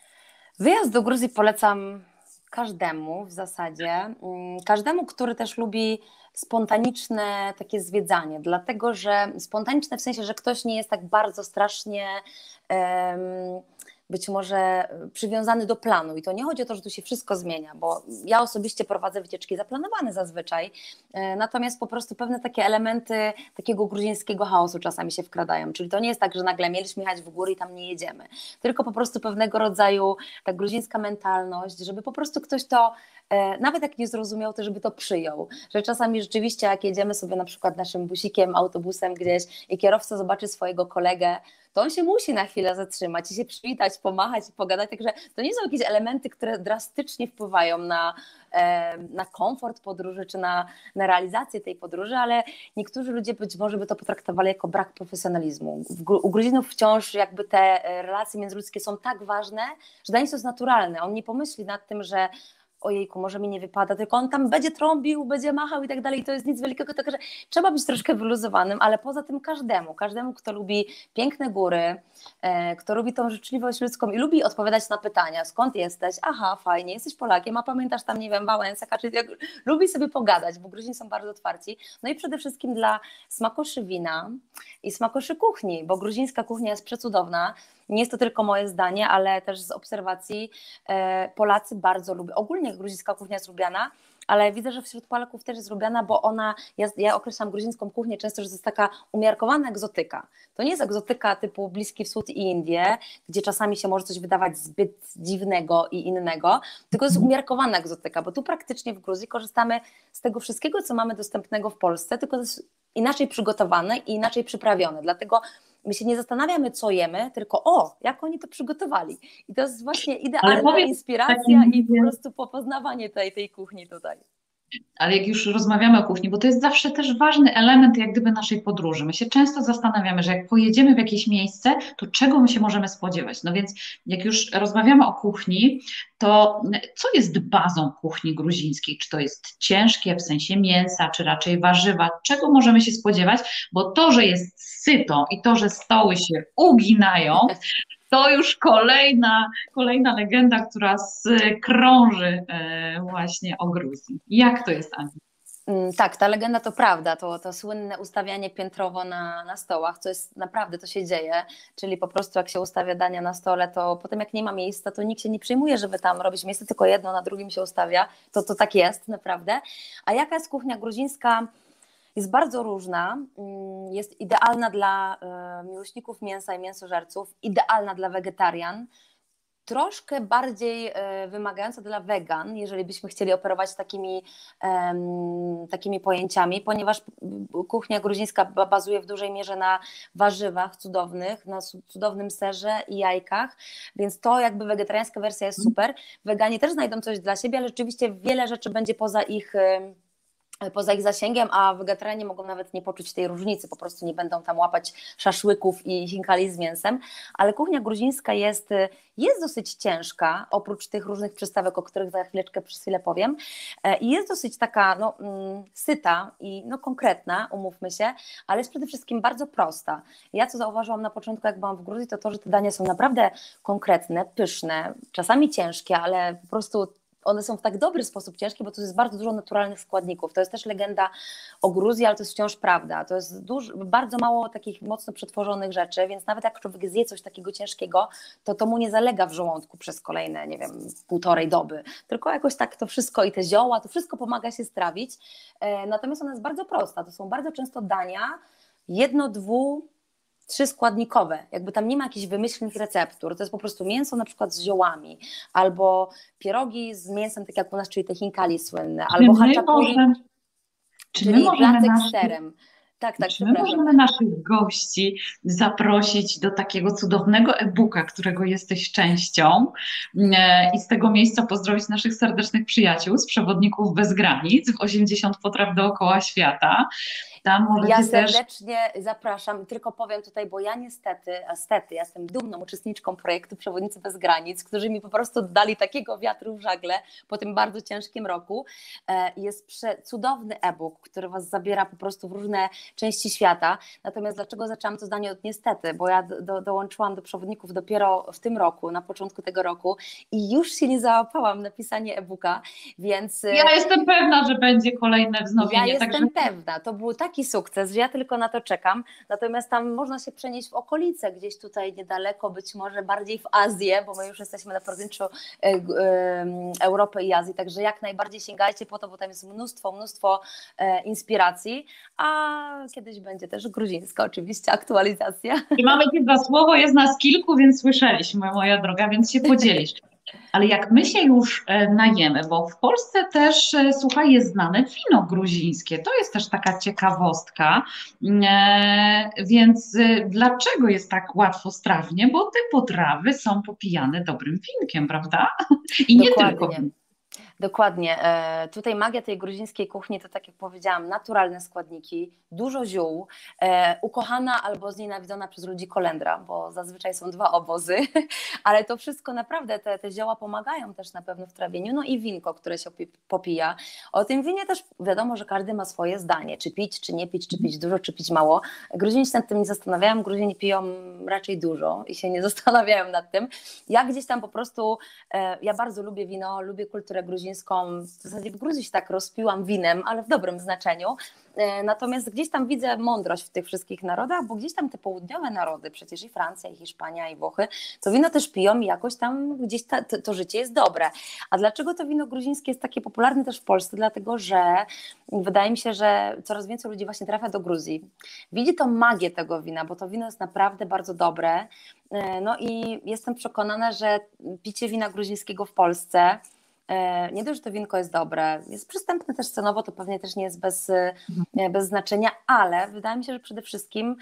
Wyjazd do Gruzji polecam każdemu w zasadzie, każdemu, który też lubi spontaniczne takie zwiedzanie, dlatego że spontaniczne w sensie, że ktoś nie jest tak bardzo strasznie być może przywiązany do planu i to nie chodzi o to, że tu się wszystko zmienia, bo ja osobiście prowadzę wycieczki zaplanowane zazwyczaj, natomiast po prostu pewne takie elementy takiego gruzińskiego chaosu czasami się wkradają, czyli to nie jest tak, że nagle mieliśmy jechać w góry i tam nie jedziemy, tylko po prostu pewnego rodzaju ta gruzińska mentalność, żeby po prostu ktoś to nawet jak nie zrozumiał, to żeby to przyjął, że czasami rzeczywiście jak jedziemy sobie na przykład naszym busikiem, autobusem gdzieś i kierowca zobaczy swojego kolegę, to on się musi na chwilę zatrzymać i się przywitać, pomachać i pogadać, także to nie są jakieś elementy, które drastycznie wpływają na komfort podróży czy na realizację tej podróży, ale niektórzy ludzie być może by to potraktowali jako brak profesjonalizmu. U Gruzinów wciąż jakby te relacje międzyludzkie są tak ważne, że dla nich to jest naturalne. On nie pomyśli nad tym, że ojejku, może mi nie wypada, tylko on tam będzie trąbił, będzie machał i tak dalej, to jest nic wielkiego, także trzeba być troszkę wyluzowanym, ale poza tym każdemu, kto lubi piękne góry, kto lubi tą życzliwość ludzką i lubi odpowiadać na pytania, skąd jesteś, aha, fajnie, jesteś Polakiem, a pamiętasz tam, nie wiem, Wałęsa, lubi sobie pogadać, bo Gruzini są bardzo otwarci, no i przede wszystkim dla smakoszy wina i smakoszy kuchni, bo gruzińska kuchnia jest przecudowna. Nie jest to tylko moje zdanie, ale też z obserwacji Polacy bardzo lubią. Ogólnie gruzińska kuchnia jest lubiana, ale widzę, że wśród Polaków też jest lubiana, bo ja określam gruzińską kuchnię często, że to jest taka umiarkowana egzotyka. To nie jest egzotyka typu Bliski Wschód i Indie, gdzie czasami się może coś wydawać zbyt dziwnego i innego, tylko to jest umiarkowana egzotyka, bo tu praktycznie w Gruzji korzystamy z tego wszystkiego, co mamy dostępnego w Polsce, tylko to jest inaczej przygotowane i inaczej przyprawione. Dlatego my się nie zastanawiamy, co jemy, tylko jak oni to przygotowali. I to jest właśnie idealna inspiracja i po prostu poznawanie tej kuchni tutaj. Ale jak już rozmawiamy o kuchni, bo to jest zawsze też ważny element jak gdyby naszej podróży. My się często zastanawiamy, że jak pojedziemy w jakieś miejsce, to czego my się możemy spodziewać? No więc jak już rozmawiamy o kuchni, to co jest bazą kuchni gruzińskiej? Czy to jest ciężkie w sensie mięsa, czy raczej warzywa? Czego możemy się spodziewać? Bo to, że jest syto i to, że stoły się uginają, to już kolejna legenda, która krąży właśnie o Gruzji. Jak to jest, Ania? Tak, ta legenda to prawda, to słynne ustawianie piętrowo na stołach, to jest naprawdę, to się dzieje, czyli po prostu jak się ustawia dania na stole, to potem jak nie ma miejsca, to nikt się nie przejmuje, żeby tam robić miejsce, tylko jedno na drugim się ustawia, to tak jest naprawdę. A jaka jest kuchnia gruzińska? Jest bardzo różna, jest idealna dla miłośników mięsa i mięsożerców, idealna dla wegetarian, troszkę bardziej wymagająca dla wegan, jeżeli byśmy chcieli operować takimi pojęciami, ponieważ kuchnia gruzińska bazuje w dużej mierze na warzywach cudownych, na cudownym serze i jajkach, więc to jakby wegetariańska wersja jest super. Weganie też znajdą coś dla siebie, ale rzeczywiście wiele rzeczy będzie poza ich zasięgiem, a wegetarianie mogą nawet nie poczuć tej różnicy, po prostu nie będą tam łapać szaszłyków i chinkali z mięsem, ale kuchnia gruzińska jest dosyć ciężka, oprócz tych różnych przystawek, o których za chwileczkę przez chwilę powiem, i jest dosyć taka syta i konkretna, umówmy się, ale jest przede wszystkim bardzo prosta. Ja co zauważyłam na początku, jak byłam w Gruzji, to że te dania są naprawdę konkretne, pyszne, czasami ciężkie, ale po prostu one są w tak dobry sposób ciężkie, bo to jest bardzo dużo naturalnych składników. To jest też legenda o Gruzji, ale to jest wciąż prawda. To jest bardzo mało takich mocno przetworzonych rzeczy, więc nawet jak człowiek zje coś takiego ciężkiego, to mu nie zalega w żołądku przez kolejne, nie wiem, 1,5 doby. Tylko jakoś tak to wszystko i te zioła, to wszystko pomaga się strawić. Natomiast ona jest bardzo prosta. To są bardzo często dania 1, 2, 3 składnikowe, jakby tam nie ma jakichś wymyślnych receptur, to jest po prostu mięso na przykład z ziołami, albo pierogi z mięsem, tak jak u nas, czyli te chinkali słynne, albo haczapuri, czyli placek z serem. Tak, czy my możemy naszych gości zaprosić do takiego cudownego e-booka, którego jesteś częścią i z tego miejsca pozdrowić naszych serdecznych przyjaciół z Przewodników bez granic w 80 potraw dookoła świata. tam Ja możecie też. serdecznie zapraszam, tylko powiem tutaj, bo ja niestety, ja jestem dumną uczestniczką projektu Przewodnicy bez granic, którzy mi po prostu dali takiego wiatru w żagle po tym bardzo ciężkim roku. Jest cudowny e-book, który Was zabiera po prostu w różne części świata. Natomiast dlaczego zaczęłam to zdanie od niestety? Bo ja dołączyłam do przewodników dopiero w tym roku, na początku tego roku i już się nie załapałam na pisanie e-booka, więc Ja jestem pewna, że będzie kolejne ja wznowienie, także jestem pewna, to był taki sukces, że ja tylko na to czekam, natomiast tam można się przenieść w okolice, gdzieś tutaj niedaleko, być może bardziej w Azję, bo my już jesteśmy na pograniczu Europy i Azji, także jak najbardziej sięgajcie po to, bo tam jest mnóstwo inspiracji, a kiedyś będzie też gruzińska oczywiście aktualizacja. i mamy Cię za słowo, jest nas kilku, więc słyszeliśmy, moja droga, więc się podzielisz. Ale jak my się już najemy, bo w Polsce też, słuchaj, jest znane wino gruzińskie. To jest też taka ciekawostka. Więc dlaczego jest tak łatwostrawnie? Bo te potrawy są popijane dobrym winkiem, prawda? I nie tylko Dokładnie. winkiem. Dokładnie. Tutaj magia tej gruzińskiej kuchni to, tak jak powiedziałam, naturalne składniki, dużo ziół, ukochana albo znienawidzona przez ludzi kolendra, bo zazwyczaj są dwa obozy, ale to wszystko naprawdę, te zioła pomagają też na pewno w trawieniu, no i winko, które się popija. O tym winie też wiadomo, że każdy ma swoje zdanie, czy pić, czy nie pić, czy pić dużo, czy pić mało. Gruzini się nad tym nie zastanawiają, Gruzini piją raczej dużo i się nie zastanawiają nad tym. Ja gdzieś tam po prostu, ja bardzo lubię wino, lubię kulturę gruzińską, w zasadzie w Gruzji się tak rozpiłam winem, ale w dobrym znaczeniu. Natomiast gdzieś tam widzę mądrość w tych wszystkich narodach, bo gdzieś tam te południowe narody, przecież i Francja, i Hiszpania, i Włochy, to wino też piją i jakoś tam gdzieś to życie jest dobre. A dlaczego to wino gruzińskie jest takie popularne też w Polsce? Dlatego, że wydaje mi się, że coraz więcej ludzi właśnie trafia do Gruzji. Widzi tą magię tego wina, bo to wino jest naprawdę bardzo dobre. No i jestem przekonana, że picie wina gruzińskiego w Polsce, nie dość, że to winko jest dobre, jest przystępne też cenowo, to pewnie też nie jest bez znaczenia, ale wydaje mi się, że przede wszystkim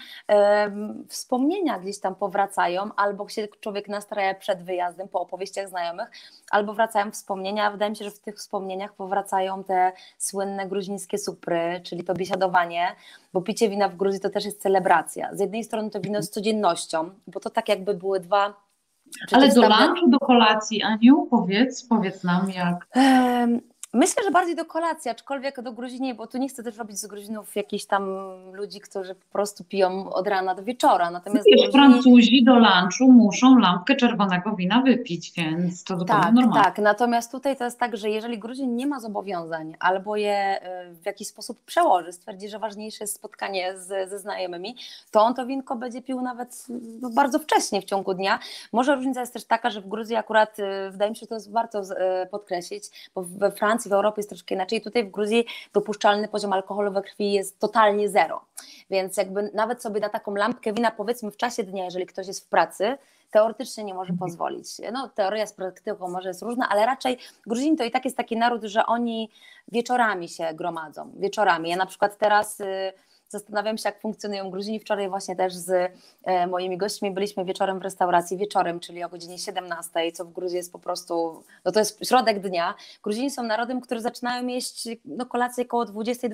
wspomnienia gdzieś tam powracają, albo się człowiek nastraja przed wyjazdem po opowieściach znajomych, albo wracają wspomnienia. Wydaje mi się, że w tych wspomnieniach powracają te słynne gruzińskie supry, czyli to biesiadowanie, bo picie wina w Gruzji to też jest celebracja. Z jednej strony to wino jest codziennością, bo to tak jakby były dwa. Ale do lunchu, do kolacji, Aniu, powiedz nam jak. Myślę, że bardziej do kolacji, aczkolwiek do Gruzini, bo tu nie chcę też robić z Gruzinów jakichś tam ludzi, którzy po prostu piją od rana do wieczora. Natomiast Wiesz, Gruzini... Francuzi do lunchu muszą lampkę czerwonego wina wypić, więc to zupełnie Tak, normalne. tak. Natomiast tutaj to jest tak, że jeżeli Gruzin nie ma zobowiązań albo je w jakiś sposób przełoży, stwierdzi, że ważniejsze jest spotkanie ze znajomymi, to on to winko będzie pił nawet bardzo wcześnie w ciągu dnia. Może różnica jest też taka, że w Gruzji akurat, wydaje mi się, że to jest warto podkreślić, bo we Francji, w Europie jest troszkę inaczej. Tutaj w Gruzji dopuszczalny poziom alkoholu we krwi jest totalnie zero. Więc jakby nawet sobie na taką lampkę wina, powiedzmy w czasie dnia, jeżeli ktoś jest w pracy, teoretycznie nie może pozwolić. No, teoria z praktyką może jest różna, ale raczej Gruzini to i tak jest taki naród, że oni wieczorami się gromadzą. Wieczorami. Ja na przykład teraz zastanawiam się, jak funkcjonują Gruzini. Wczoraj właśnie też z moimi gośćmi byliśmy wieczorem w restauracji, wieczorem, czyli o godzinie 17, co w Gruzji jest po prostu, no to jest środek dnia. Gruzini są narodem, który zaczynają jeść kolację około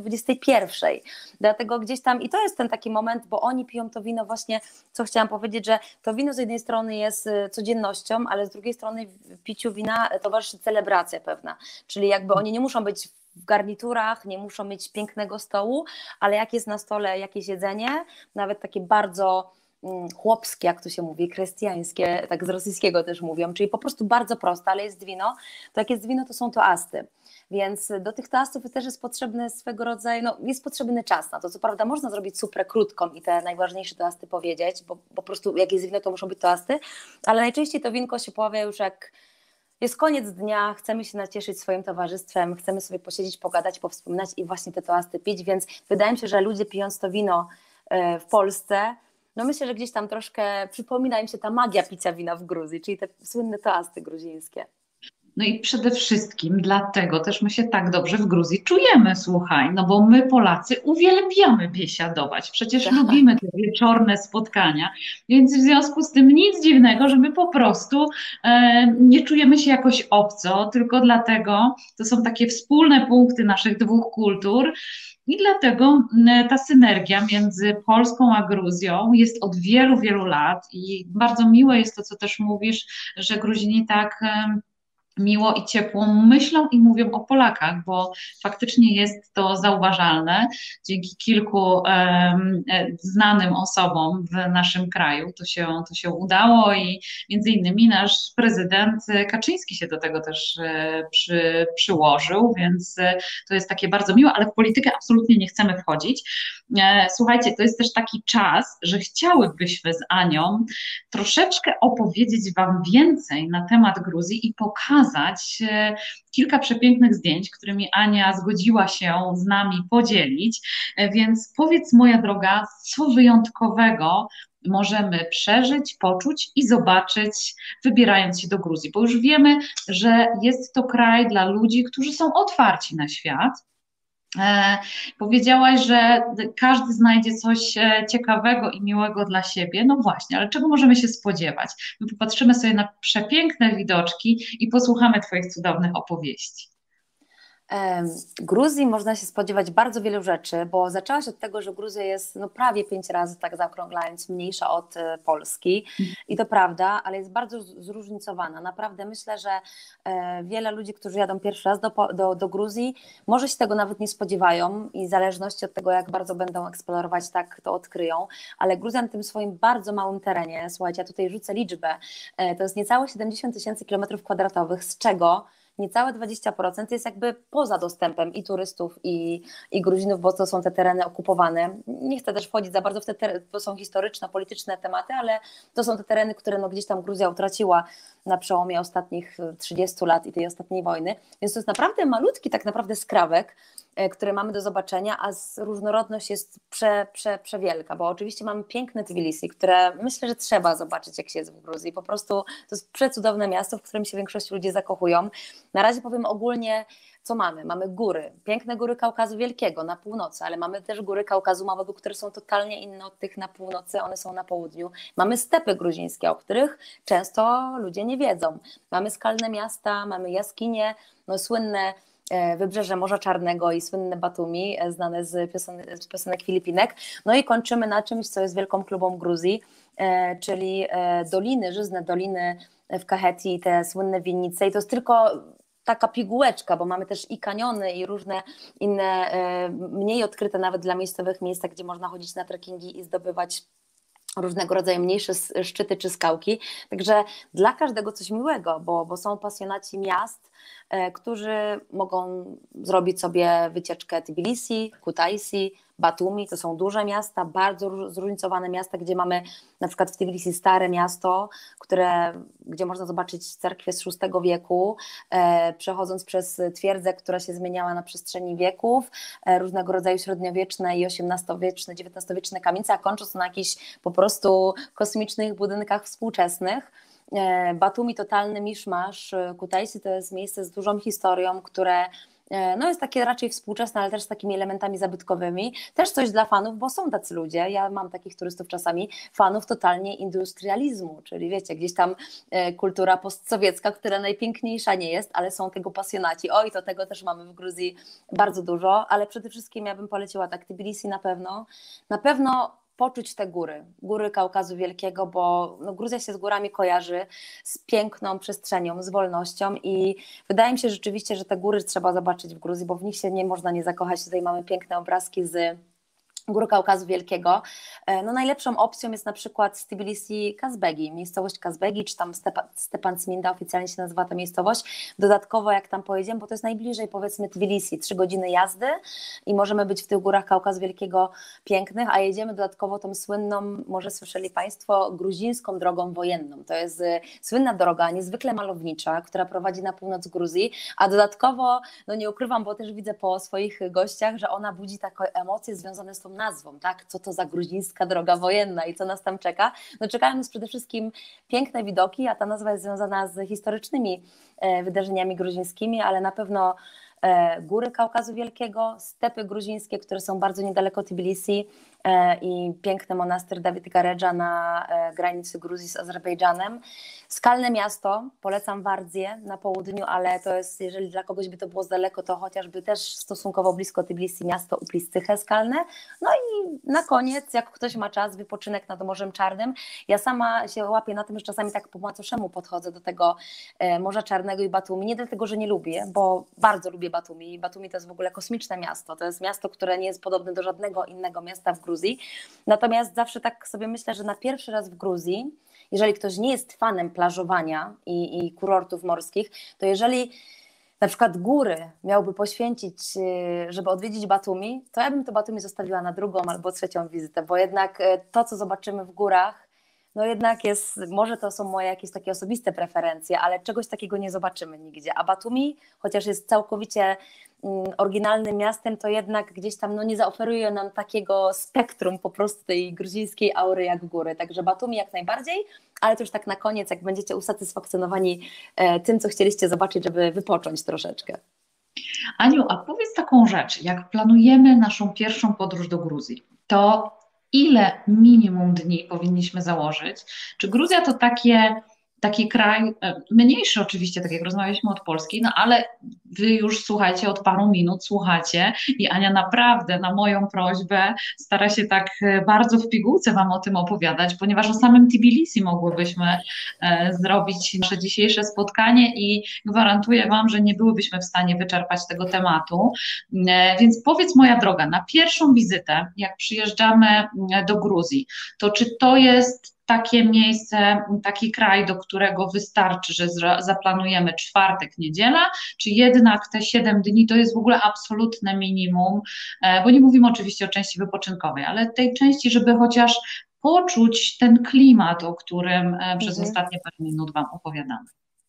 20-21. Dlatego gdzieś tam, i to jest ten taki moment, bo oni piją to wino właśnie, co chciałam powiedzieć, że to wino z jednej strony jest codziennością, ale z drugiej strony w piciu wina towarzyszy celebracja pewna. Czyli jakby oni nie muszą być w garniturach, nie muszą mieć pięknego stołu, ale jak jest na stole jakieś jedzenie, nawet takie bardzo chłopskie, jak to się mówi, chrześcijańskie, tak z rosyjskiego też mówią, czyli po prostu bardzo proste, ale jest wino, to jak jest wino, to są toasty. Więc do tych toastów też jest potrzebny swego rodzaju, no jest potrzebny czas na to. Co prawda można zrobić suprę krótką i te najważniejsze toasty powiedzieć, bo po prostu jak jest wino, to muszą być toasty, ale najczęściej to winko się pojawia już jak jest koniec dnia, chcemy się nacieszyć swoim towarzystwem, chcemy sobie posiedzieć, pogadać, powspominać i właśnie te toasty pić, więc wydaje mi się, że ludzie pijąc to wino w Polsce, no myślę, że gdzieś tam troszkę przypomina im się ta magia picia wina w Gruzji, czyli te słynne toasty gruzińskie. No i przede wszystkim dlatego też my się tak dobrze w Gruzji czujemy, słuchaj, no bo my Polacy uwielbiamy biesiadować, przecież lubimy te wieczorne spotkania, więc w związku z tym nic dziwnego, że my po prostu nie czujemy się jakoś obco, tylko dlatego to są takie wspólne punkty naszych dwóch kultur. I dlatego ta synergia między Polską a Gruzją jest od wielu, wielu lat i bardzo miłe jest to, co też mówisz, że Gruzini tak miło i ciepło myślą i mówią o Polakach, bo faktycznie jest to zauważalne dzięki kilku znanym osobom w naszym kraju. To się udało i między innymi nasz prezydent Kaczyński się do tego też przyłożył, więc to jest takie bardzo miłe, ale w politykę absolutnie nie chcemy wchodzić. Słuchajcie, to jest też taki czas, że chciałybyśmy z Anią troszeczkę opowiedzieć Wam więcej na temat Gruzji i pokazać kilka przepięknych zdjęć, którymi Ania zgodziła się z nami podzielić. Więc powiedz, moja droga, co wyjątkowego możemy przeżyć, poczuć i zobaczyć, wybierając się do Gruzji, bo już wiemy, że jest to kraj dla ludzi, którzy są otwarci na świat. Powiedziałaś, że każdy znajdzie coś ciekawego i miłego dla siebie. No właśnie, ale czego możemy się spodziewać? My popatrzymy sobie na przepiękne widoczki i posłuchamy Twoich cudownych opowieści. Gruzji można się spodziewać bardzo wielu rzeczy, bo zaczęłaś od tego, że Gruzja jest no, prawie 5 razy, tak zaokrąglając, mniejsza od Polski i to prawda, ale jest bardzo zróżnicowana. Naprawdę myślę, że wiele ludzi, którzy jadą pierwszy raz do Gruzji, może się tego nawet nie spodziewają i w zależności od tego, jak bardzo będą eksplorować, tak to odkryją, ale Gruzja na tym swoim bardzo małym terenie, słuchajcie, ja tutaj rzucę liczbę, to jest niecałe 70 000 kilometrów kwadratowych, z czego niecałe 20% jest jakby poza dostępem i turystów, i Gruzinów, bo to są te tereny okupowane. Nie chcę też wchodzić za bardzo w te tereny, to są historyczno-polityczne tematy, ale to są te tereny, które no gdzieś tam Gruzja utraciła na przełomie ostatnich 30 lat i tej ostatniej wojny. Więc to jest naprawdę malutki tak naprawdę skrawek, które mamy do zobaczenia, a różnorodność jest przewielka, bo oczywiście mamy piękne Tbilisi, które myślę, że trzeba zobaczyć, jak się jest w Gruzji. Po prostu to jest przecudowne miasto, w którym się większość ludzi zakochują. Na razie powiem ogólnie, co mamy. Mamy góry, piękne góry Kaukazu Wielkiego na północy, ale mamy też góry Kaukazu Małego, które są totalnie inne od tych na północy, one są na południu. Mamy stepy gruzińskie, o których często ludzie nie wiedzą. Mamy skalne miasta, mamy jaskinie, no słynne wybrzeże Morza Czarnego i słynne Batumi, znane z piosenek Filipinek. No i kończymy na czymś, co jest wielką klubą Gruzji, czyli doliny, żyzne doliny w Kachetii, te słynne winnice. I to jest tylko taka pigułeczka, bo mamy też i kaniony, i różne inne, mniej odkryte nawet dla miejscowych miejsca, gdzie można chodzić na trekkingi i zdobywać różnego rodzaju mniejsze szczyty czy skałki. Także dla każdego coś miłego, bo są pasjonaci miast, którzy mogą zrobić sobie wycieczkę Tbilisi, Kutaisi, Batumi. To są duże miasta, bardzo zróżnicowane miasta, gdzie mamy na przykład w Tbilisi stare miasto, gdzie można zobaczyć cerkwię z VI wieku, przechodząc przez twierdzę, która się zmieniała na przestrzeni wieków, różnego rodzaju średniowieczne i XVIII-wieczne, XIX-wieczne kamienice, a kończąc na jakichś po prostu kosmicznych budynkach współczesnych. Batumi totalny miszmasz, Kutaisi to jest miejsce z dużą historią, które no jest takie raczej współczesne, ale też z takimi elementami zabytkowymi. Też coś dla fanów, bo są tacy ludzie, ja mam takich turystów czasami, fanów totalnie industrializmu, czyli wiecie, gdzieś tam kultura postsowiecka, która najpiękniejsza nie jest, ale są tego pasjonaci. Oj, to tego też mamy w Gruzji bardzo dużo, ale przede wszystkim ja bym poleciła tak Tbilisi na pewno poczuć te góry Kaukazu Wielkiego, bo no, Gruzja się z górami kojarzy, z piękną przestrzenią, z wolnością i wydaje mi się rzeczywiście, że te góry trzeba zobaczyć w Gruzji, bo w nich się nie można nie zakochać. Tutaj mamy piękne obrazki z Gór Kaukazu Wielkiego. No najlepszą opcją jest na przykład z Tbilisi Kazbegi, miejscowość Kazbegi, czy tam Stepan Sminda oficjalnie się nazywa ta miejscowość. Dodatkowo jak tam pojedziemy, bo to jest najbliżej powiedzmy Tbilisi, 3 godziny jazdy i możemy być w tych górach Kaukazu Wielkiego pięknych, a jedziemy dodatkowo tą słynną, może słyszeli Państwo, gruzińską drogą wojenną. To jest słynna droga, niezwykle malownicza, która prowadzi na północ Gruzji, a dodatkowo, no nie ukrywam, bo też widzę po swoich gościach, że ona budzi takie emocje związane z tą nazwą, tak? Co to za gruzińska droga wojenna i co nas tam czeka? No czekają nas przede wszystkim piękne widoki, a ta nazwa jest związana z historycznymi wydarzeniami gruzińskimi, ale na pewno góry Kaukazu Wielkiego, stepy gruzińskie, które są bardzo niedaleko Tbilisi i piękny monastyr Dawid Garedża na granicy Gruzji z Azerbejdżanem. Skalne miasto, polecam Wardzję na południu, ale to jest, jeżeli dla kogoś by to było z daleko, to chociażby też stosunkowo blisko Tbilisi miasto Upliscyche skalne. No i na koniec, jak ktoś ma czas, wypoczynek nad Morzem Czarnym. Ja sama się łapię na tym, że czasami tak po macoszemu podchodzę do tego Morza Czarnego i Batumi, nie dlatego, że nie lubię, bo bardzo lubię Batumi. Batumi to jest w ogóle kosmiczne miasto, to jest miasto, które nie jest podobne do żadnego innego miasta w Gruzji. Natomiast zawsze tak sobie myślę, że na pierwszy raz w Gruzji, jeżeli ktoś nie jest fanem plażowania i kurortów morskich, to jeżeli na przykład góry miałby poświęcić, żeby odwiedzić Batumi, to ja bym to Batumi zostawiła na drugą albo trzecią wizytę, bo jednak to, co zobaczymy w górach, no jednak jest, może to są moje jakieś takie osobiste preferencje, ale czegoś takiego nie zobaczymy nigdzie. A Batumi, chociaż jest całkowicie oryginalnym miastem, to jednak gdzieś tam no, nie zaoferuje nam takiego spektrum po prostu tej gruzińskiej aury jak góry. Także Batumi jak najbardziej, ale to już tak na koniec, jak będziecie usatysfakcjonowani tym, co chcieliście zobaczyć, żeby wypocząć troszeczkę. Aniu, a powiedz taką rzecz, jak planujemy naszą pierwszą podróż do Gruzji, to ile minimum dni powinniśmy założyć? Czy Gruzja to taki kraj, mniejszy oczywiście, tak jak rozmawialiśmy od Polski, no ale wy już słuchajcie, od paru minut słuchacie i Ania naprawdę na moją prośbę stara się tak bardzo w pigułce wam o tym opowiadać, ponieważ o samym Tbilisi mogłybyśmy zrobić nasze dzisiejsze spotkanie i gwarantuję wam, że nie byłybyśmy w stanie wyczerpać tego tematu. Więc powiedz, moja droga, na pierwszą wizytę, jak przyjeżdżamy do Gruzji, to czy to jest takie miejsce, taki kraj, do którego wystarczy, że zaplanujemy czwartek, niedziela, czy jednak te 7 dni to jest w ogóle absolutne minimum, bo nie mówimy oczywiście o części wypoczynkowej, ale tej części, żeby chociaż poczuć ten klimat, o którym przez ostatnie parę minut wam opowiadamy.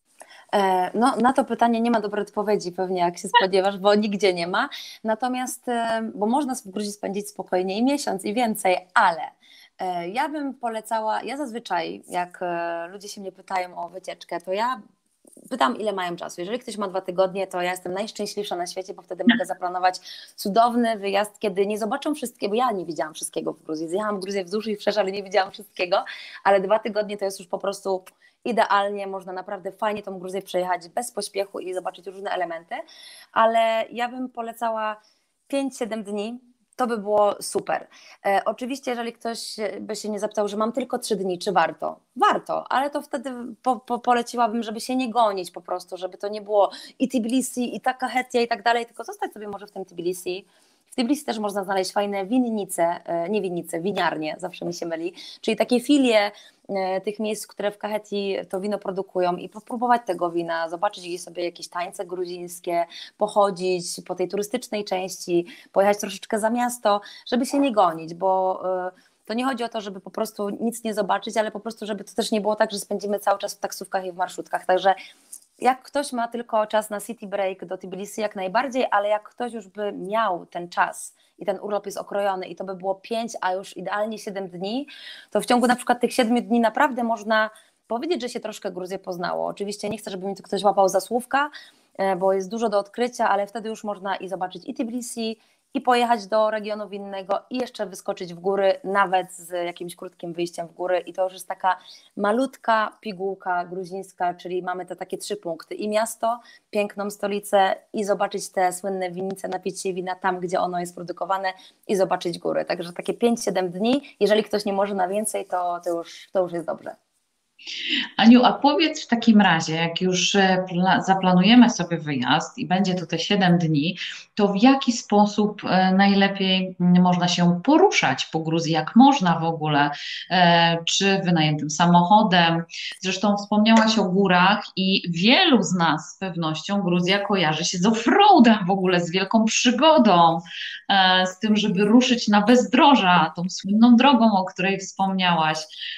No, na to pytanie nie ma dobrej odpowiedzi pewnie, jak się spodziewasz, bo nigdzie nie ma. Natomiast, bo można w Gruzji spędzić spokojnie i miesiąc i więcej, ale ja bym polecała, ja zazwyczaj jak ludzie się mnie pytają o wycieczkę, to ja pytam, ile mają czasu. Jeżeli ktoś ma 2 tygodnie, to ja jestem najszczęśliwsza na świecie, bo wtedy mogę zaplanować cudowny wyjazd, kiedy nie zobaczą wszystkiego, bo ja nie widziałam wszystkiego w Gruzji. Zjechałam Gruzję wzdłuż i wszerz, ale nie widziałam wszystkiego, ale 2 tygodnie to jest już po prostu idealnie, można naprawdę fajnie tą Gruzję przejechać bez pośpiechu i zobaczyć różne elementy, ale ja bym polecała 5-7 dni, to by było super. Oczywiście, jeżeli ktoś by się nie zapytał, że mam tylko 3 dni, czy warto? Warto, ale to wtedy poleciłabym, żeby się nie gonić po prostu, żeby to nie było i Tbilisi, i taka Hetia i tak dalej, tylko zostać sobie może w tym Tbilisi. W Tbilisi też można znaleźć fajne winnice, nie winnice, winiarnie, zawsze mi się myli, czyli takie filie tych miejsc, które w Kachetii to wino produkują i popróbować tego wina, zobaczyć gdzieś sobie jakieś tańce gruzińskie, pochodzić po tej turystycznej części, pojechać troszeczkę za miasto, żeby się nie gonić, bo to nie chodzi o to, żeby po prostu nic nie zobaczyć, ale po prostu, żeby to też nie było tak, że spędzimy cały czas w taksówkach i w marszutkach, także jak ktoś ma tylko czas na city break do Tbilisi, jak najbardziej, ale jak ktoś już by miał ten czas i ten urlop jest okrojony i to by było 5, a już idealnie 7 dni, to w ciągu na przykład tych 7 dni naprawdę można powiedzieć, że się troszkę Gruzję poznało. Oczywiście nie chcę, żeby mi tu ktoś łapał za słówka, bo jest dużo do odkrycia, ale wtedy już można i zobaczyć i Tbilisi, i pojechać do regionu winnego i jeszcze wyskoczyć w góry, nawet z jakimś krótkim wyjściem w góry i to już jest taka malutka pigułka gruzińska, czyli mamy te takie 3 punkty i miasto, piękną stolicę i zobaczyć te słynne winnice, napić się wina tam, gdzie ono jest produkowane i zobaczyć góry, także takie 5-7 dni, jeżeli ktoś nie może na więcej, to już jest dobrze. Aniu, a powiedz w takim razie, jak już zaplanujemy sobie wyjazd i będzie to te 7 dni, to w jaki sposób najlepiej można się poruszać po Gruzji, jak można w ogóle, czy wynajętym samochodem? Zresztą wspomniałaś o górach i wielu z nas z pewnością Gruzja kojarzy się z offroadem w ogóle, z wielką przygodą, z tym, żeby ruszyć na bezdroża, tą słynną drogą, o której wspomniałaś.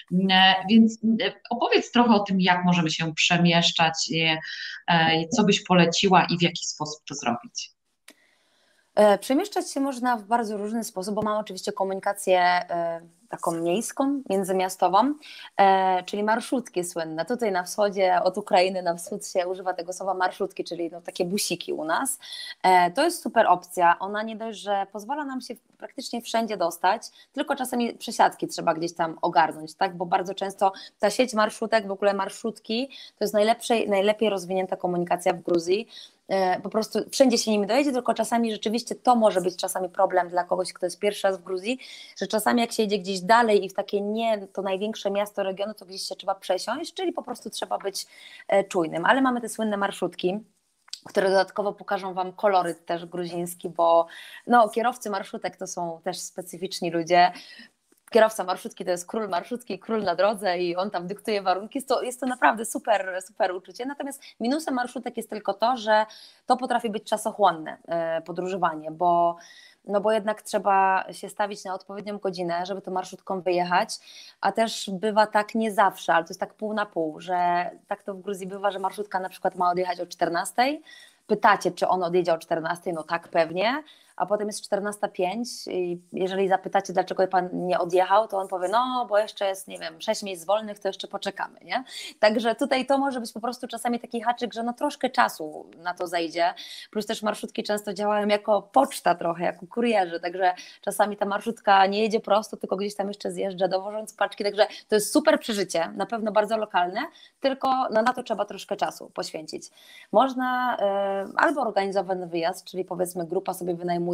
Więc opowiedz trochę o tym, jak możemy się przemieszczać, co byś poleciła i w jaki sposób to zrobić. Przemieszczać się można w bardzo różny sposób, bo mam oczywiście komunikację taką miejską, międzymiastową, czyli marszutki słynne. Tutaj na wschodzie, od Ukrainy na wschód się używa tego słowa marszutki, czyli no, takie busiki u nas. To jest super opcja. Ona nie dość, że pozwala nam się praktycznie wszędzie dostać, tylko czasami przesiadki trzeba gdzieś tam ogarnąć, tak? Bo bardzo często ta sieć marszutek, w ogóle marszutki, to jest najlepiej rozwinięta komunikacja w Gruzji. Po prostu wszędzie się nimi dojedzie, tylko czasami rzeczywiście to może być czasami problem dla kogoś, kto jest pierwszy raz w Gruzji, że czasami jak się jedzie gdzieś dalej i w takie nie to największe miasto regionu, to gdzieś się trzeba przesiąść, czyli po prostu trzeba być czujnym. Ale mamy te słynne marszutki, które dodatkowo pokażą Wam koloryt też gruziński, bo no, kierowcy marszutek to są też specyficzni ludzie. Kierowca marszutki to jest król marszutki, król na drodze i on tam dyktuje warunki. Jest to naprawdę super, super uczucie. Natomiast minusem marszutek jest tylko to, że to potrafi być czasochłonne podróżowanie, bo jednak trzeba się stawić na odpowiednią godzinę, żeby tą marszutką wyjechać, a też bywa tak nie zawsze, ale to jest tak pół na pół, że tak to w Gruzji bywa, że marszutka na przykład ma odjechać o 14:00. Pytacie, czy on odjedzie o 14:00, no tak pewnie, a potem jest 14:05 i jeżeli zapytacie, dlaczego pan nie odjechał, to on powie, no bo jeszcze jest, nie wiem, 6 miejsc wolnych, to jeszcze poczekamy, nie? Także tutaj to może być po prostu czasami taki haczyk, że no troszkę czasu na to zajdzie, plus też marszutki często działają jako poczta trochę, jako kurierzy, także czasami ta marszutka nie jedzie prosto, tylko gdzieś tam jeszcze zjeżdża, dowożąc paczki, także to jest super przeżycie, na pewno bardzo lokalne, tylko no, na to trzeba troszkę czasu poświęcić. Można albo organizowany wyjazd, czyli powiedzmy grupa sobie wynajmuje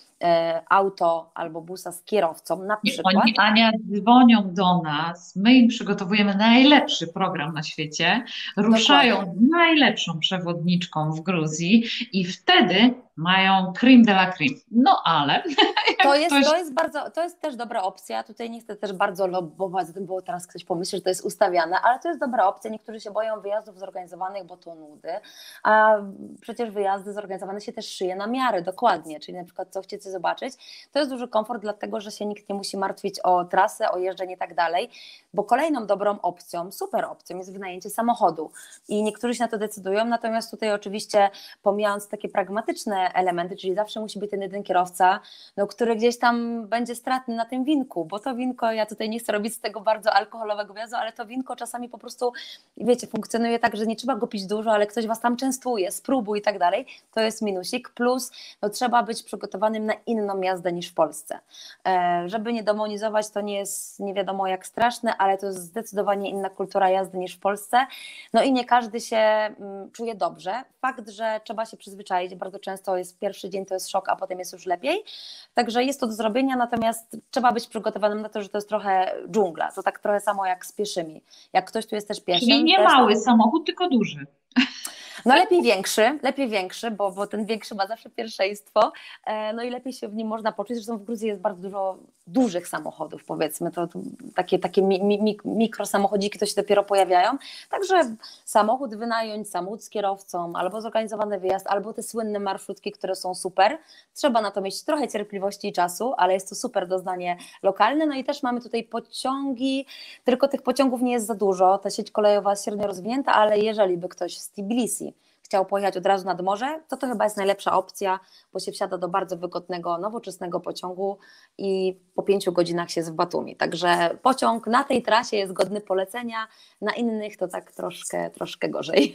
auto albo busa z kierowcą na I przykład. oni, Ania, dzwonią do nas, my im przygotowujemy najlepszy program na świecie, ruszają Dokładnie. z najlepszą przewodniczką w Gruzji i wtedy mają cream de la cream. No ale To jak jest, ktoś to jest bardzo, to jest też dobra opcja. Tutaj nie chcę też bardzo lobbować za tym, bo teraz ktoś pomyśli, że to jest ustawiane, ale to jest dobra opcja. Niektórzy się boją wyjazdów zorganizowanych, bo to nudy, a przecież wyjazdy zorganizowane się też szyje na miarę, dokładnie, czyli na przykład co chcecie zobaczyć. To jest duży komfort, dlatego że się nikt nie musi martwić o trasę, o jeżdżenie i tak dalej, bo kolejną dobrą opcją, super opcją jest wynajęcie samochodu i niektórzy się na to decydują, natomiast tutaj oczywiście pomijając takie pragmatyczne elementy, czyli zawsze musi być ten jeden kierowca, no, który gdzieś tam będzie stratny na tym winku, bo to winko, ja tutaj nie chcę robić z tego bardzo alkoholowego wjazdu, ale to winko czasami po prostu, wiecie, funkcjonuje tak, że nie trzeba go pić dużo, ale ktoś was tam częstuje, spróbuj i tak dalej, to jest minusik, plus no, trzeba być przygotowanym na inną jazdę niż w Polsce. Żeby nie demonizować, to nie jest nie wiadomo jak straszne, ale to jest zdecydowanie inna kultura jazdy niż w Polsce, no i nie każdy się czuje dobrze. Fakt, że trzeba się przyzwyczaić, bardzo często jest pierwszy dzień to jest szok, a potem jest już lepiej, także jest to do zrobienia, natomiast trzeba być przygotowanym na to, że to jest trochę dżungla, to tak trochę samo jak z pieszymi. Jak ktoś tu jest też czyli pieszym, nie też mały samochód, tylko duży. no lepiej większy, bo ten większy ma zawsze pierwszeństwo, no i lepiej się w nim można poczuć, zresztą w Gruzji jest bardzo dużo dużych samochodów, powiedzmy, to takie mikrosamochodziki to się dopiero pojawiają, także samochód wynająć, samochód z kierowcą, albo zorganizowany wyjazd, albo te słynne marszutki, które są super, trzeba na to mieć trochę cierpliwości i czasu, ale jest to super doznanie lokalne, no i też mamy tutaj pociągi, tylko tych pociągów nie jest za dużo, ta sieć kolejowa jest średnio rozwinięta, ale jeżeli by ktoś z Tbilisi chciał pojechać od razu nad morze, to chyba jest najlepsza opcja, bo się wsiada do bardzo wygodnego, nowoczesnego pociągu i po 5 godzinach się jest w Batumi. Także pociąg na tej trasie jest godny polecenia, na innych to tak troszkę gorzej.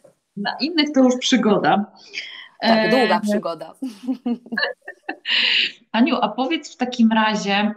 Na innych to już przygoda. Tak, długa przygoda. Aniu, a powiedz w takim razie,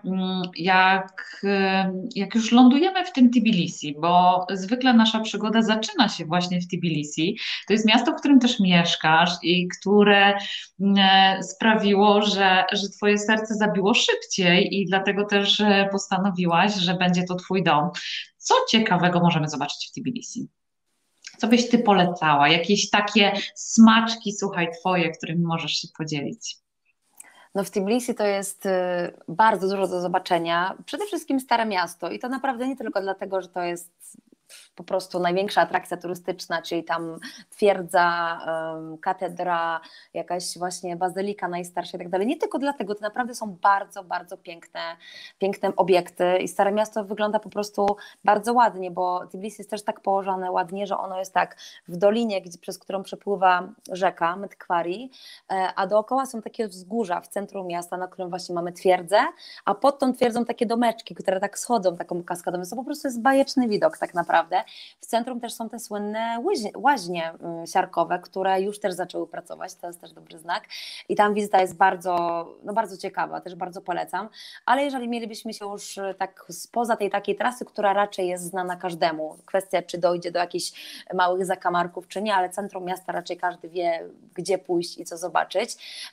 jak już lądujemy w tym Tbilisi, bo zwykle nasza przygoda zaczyna się właśnie w Tbilisi. To jest miasto, w którym też mieszkasz i które sprawiło, że twoje serce zabiło szybciej i dlatego też postanowiłaś, że będzie to twój dom. Co ciekawego możemy zobaczyć w Tbilisi? Co byś ty polecała? Jakieś takie smaczki, słuchaj, twoje, którymi możesz się podzielić? No w Tbilisi to jest bardzo dużo do zobaczenia. Przede wszystkim Stare Miasto i to naprawdę nie tylko dlatego, że to jest po prostu największa atrakcja turystyczna, czyli tam twierdza, katedra, jakaś właśnie bazylika najstarsza i tak dalej. Nie tylko dlatego, to naprawdę są bardzo, bardzo piękne obiekty i Stare Miasto wygląda po prostu bardzo ładnie, bo Tbilisi jest też tak położone ładnie, że ono jest tak w dolinie, przez którą przepływa rzeka Metkwari, a dookoła są takie wzgórza w centrum miasta, na którym właśnie mamy twierdzę, a pod tą twierdzą takie domeczki, które tak schodzą taką kaskadą. To po prostu jest bajeczny widok tak naprawdę. W centrum też są te słynne łaźnie siarkowe, które już też zaczęły pracować, to jest też dobry znak i tam wizyta jest bardzo, no bardzo ciekawa, też bardzo polecam, ale jeżeli mielibyśmy się już tak spoza tej takiej trasy, która raczej jest znana każdemu, kwestia czy dojdzie do jakichś małych zakamarków czy nie, ale centrum miasta raczej każdy wie, gdzie pójść i co zobaczyć,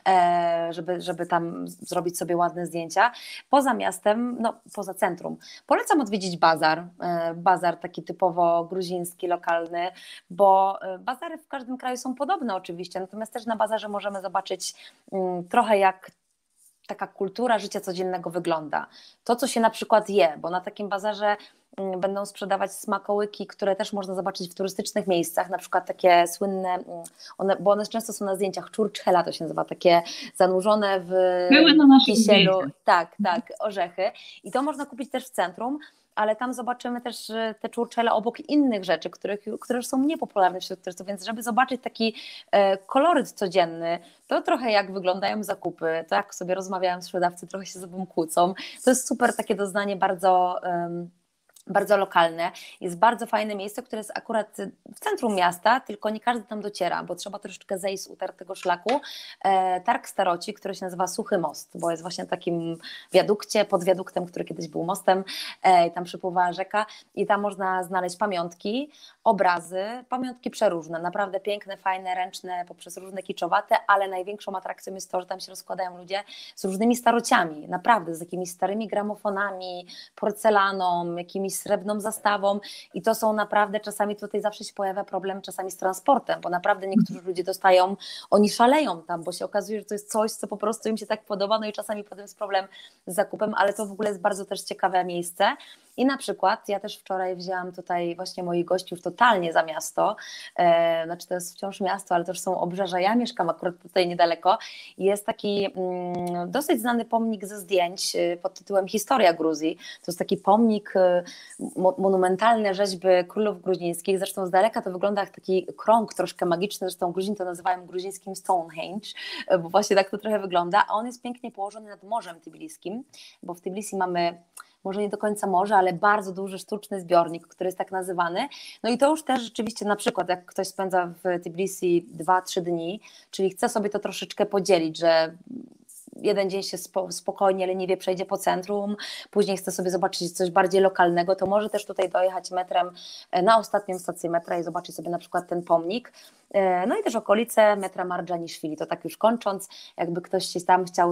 żeby tam zrobić sobie ładne zdjęcia. Poza miastem, no poza centrum, polecam odwiedzić bazar taki typowo gruziński, lokalny, bo bazary w każdym kraju są podobne oczywiście, natomiast też na bazarze możemy zobaczyć trochę jak taka kultura życia codziennego wygląda. To, co się na przykład je, bo na takim bazarze będą sprzedawać smakołyki, które też można zobaczyć w turystycznych miejscach, na przykład takie słynne, bo one często są na zdjęciach, czurczhela to się nazywa, takie zanurzone w Były na naszych kisielu, zdjęciach. tak, orzechy i to można kupić też w centrum, ale tam zobaczymy też te czurczele obok innych rzeczy, które już są niepopularne wśród turystów, więc żeby zobaczyć taki koloryt codzienny, to trochę jak wyglądają zakupy, to jak sobie rozmawiają sprzedawcy, trochę się ze sobą kłócą, to jest super takie doznanie bardzo lokalne. Jest bardzo fajne miejsce, które jest akurat w centrum miasta, tylko nie każdy tam dociera, bo trzeba troszeczkę zejść z utartego szlaku. Targ Staroci, który się nazywa Suchy Most, bo jest właśnie na takim wiadukcie, pod wiaduktem, który kiedyś był mostem, i tam przepływała rzeka i tam można znaleźć pamiątki, obrazy, pamiątki przeróżne, naprawdę piękne, fajne, ręczne, poprzez różne kiczowate, ale największą atrakcją jest to, że tam się rozkładają ludzie z różnymi starociami, naprawdę, z jakimiś starymi gramofonami, porcelaną, jakimiś srebrną zastawą i to są naprawdę, czasami tutaj zawsze się pojawia problem czasami z transportem, bo naprawdę niektórzy ludzie oni szaleją tam, bo się okazuje, że to jest coś, co po prostu im się tak podoba, no i czasami potem jest problem z zakupem, ale to w ogóle jest bardzo też ciekawe miejsce. I na przykład ja też wczoraj wzięłam tutaj właśnie moich gościów totalnie za miasto, znaczy to jest wciąż miasto, ale to już są obrzeża, ja mieszkam akurat tutaj niedaleko i jest taki dosyć znany pomnik ze zdjęć pod tytułem Historia Gruzji, to jest taki pomnik, monumentalne rzeźby królów gruzińskich, zresztą z daleka to wygląda jak taki krąg troszkę magiczny, zresztą Gruzini to nazywają gruzińskim Stonehenge, bo właśnie tak to trochę wygląda, a on jest pięknie położony nad Morzem Tbiliskim, bo w Tbilisi mamy może nie do końca morze, ale bardzo duży sztuczny zbiornik, który jest tak nazywany. No i to już też rzeczywiście na przykład jak ktoś spędza w Tbilisi 2-3 dni, czyli chce sobie to troszeczkę podzielić, że jeden dzień się spokojnie, leniwie przejdzie po centrum, później chce sobie zobaczyć coś bardziej lokalnego, to może też tutaj dojechać metrem na ostatnią stację metra i zobaczyć sobie na przykład ten pomnik. No i też okolice metra Marżaniszwili, to tak już kończąc, jakby ktoś się tam chciał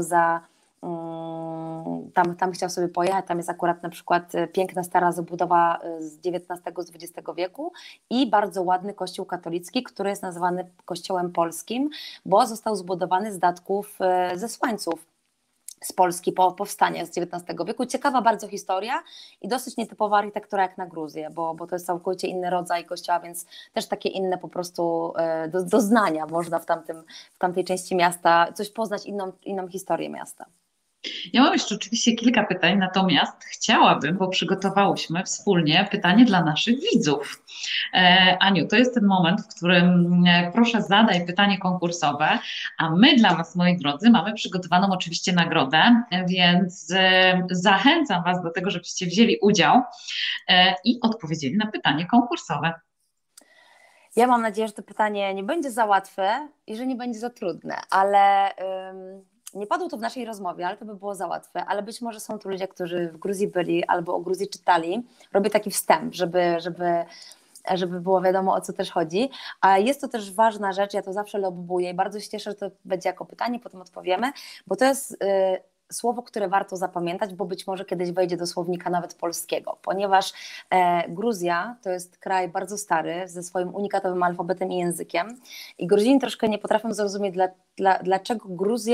tam chciał sobie pojechać, tam jest akurat na przykład piękna stara zabudowa z XIX, z XX wieku i bardzo ładny kościół katolicki, który jest nazywany kościołem polskim, bo został zbudowany z datków zesłańców z Polski po powstaniach z XIX wieku. Ciekawa bardzo historia i dosyć nietypowa architektura jak na Gruzję, bo to jest całkowicie inny rodzaj kościoła, więc też takie inne po prostu doznania można w tamtej części miasta, coś poznać, inną historię miasta. Ja mam jeszcze oczywiście kilka pytań, natomiast chciałabym, bo przygotowałyśmy wspólnie pytanie dla naszych widzów. Aniu, to jest ten moment, w którym proszę zadaj pytanie konkursowe, a my dla Was, moi drodzy, mamy przygotowaną oczywiście nagrodę, więc zachęcam Was do tego, żebyście wzięli udział i odpowiedzieli na pytanie konkursowe. Ja mam nadzieję, że to pytanie nie będzie za łatwe i że nie będzie za trudne, ale nie padło to w naszej rozmowie, ale to by było za łatwe, ale być może są tu ludzie, którzy w Gruzji byli albo o Gruzji czytali. Robię taki wstęp, żeby było wiadomo, o co też chodzi. A jest to też ważna rzecz, ja to zawsze lobbuję i bardzo się cieszę, że to będzie jako pytanie, potem odpowiemy, bo to jest słowo, które warto zapamiętać, bo być może kiedyś wejdzie do słownika nawet polskiego, ponieważ Gruzja to jest kraj bardzo stary, ze swoim unikatowym alfabetem i językiem i Gruzini troszkę nie potrafią zrozumieć, dlaczego Gruzja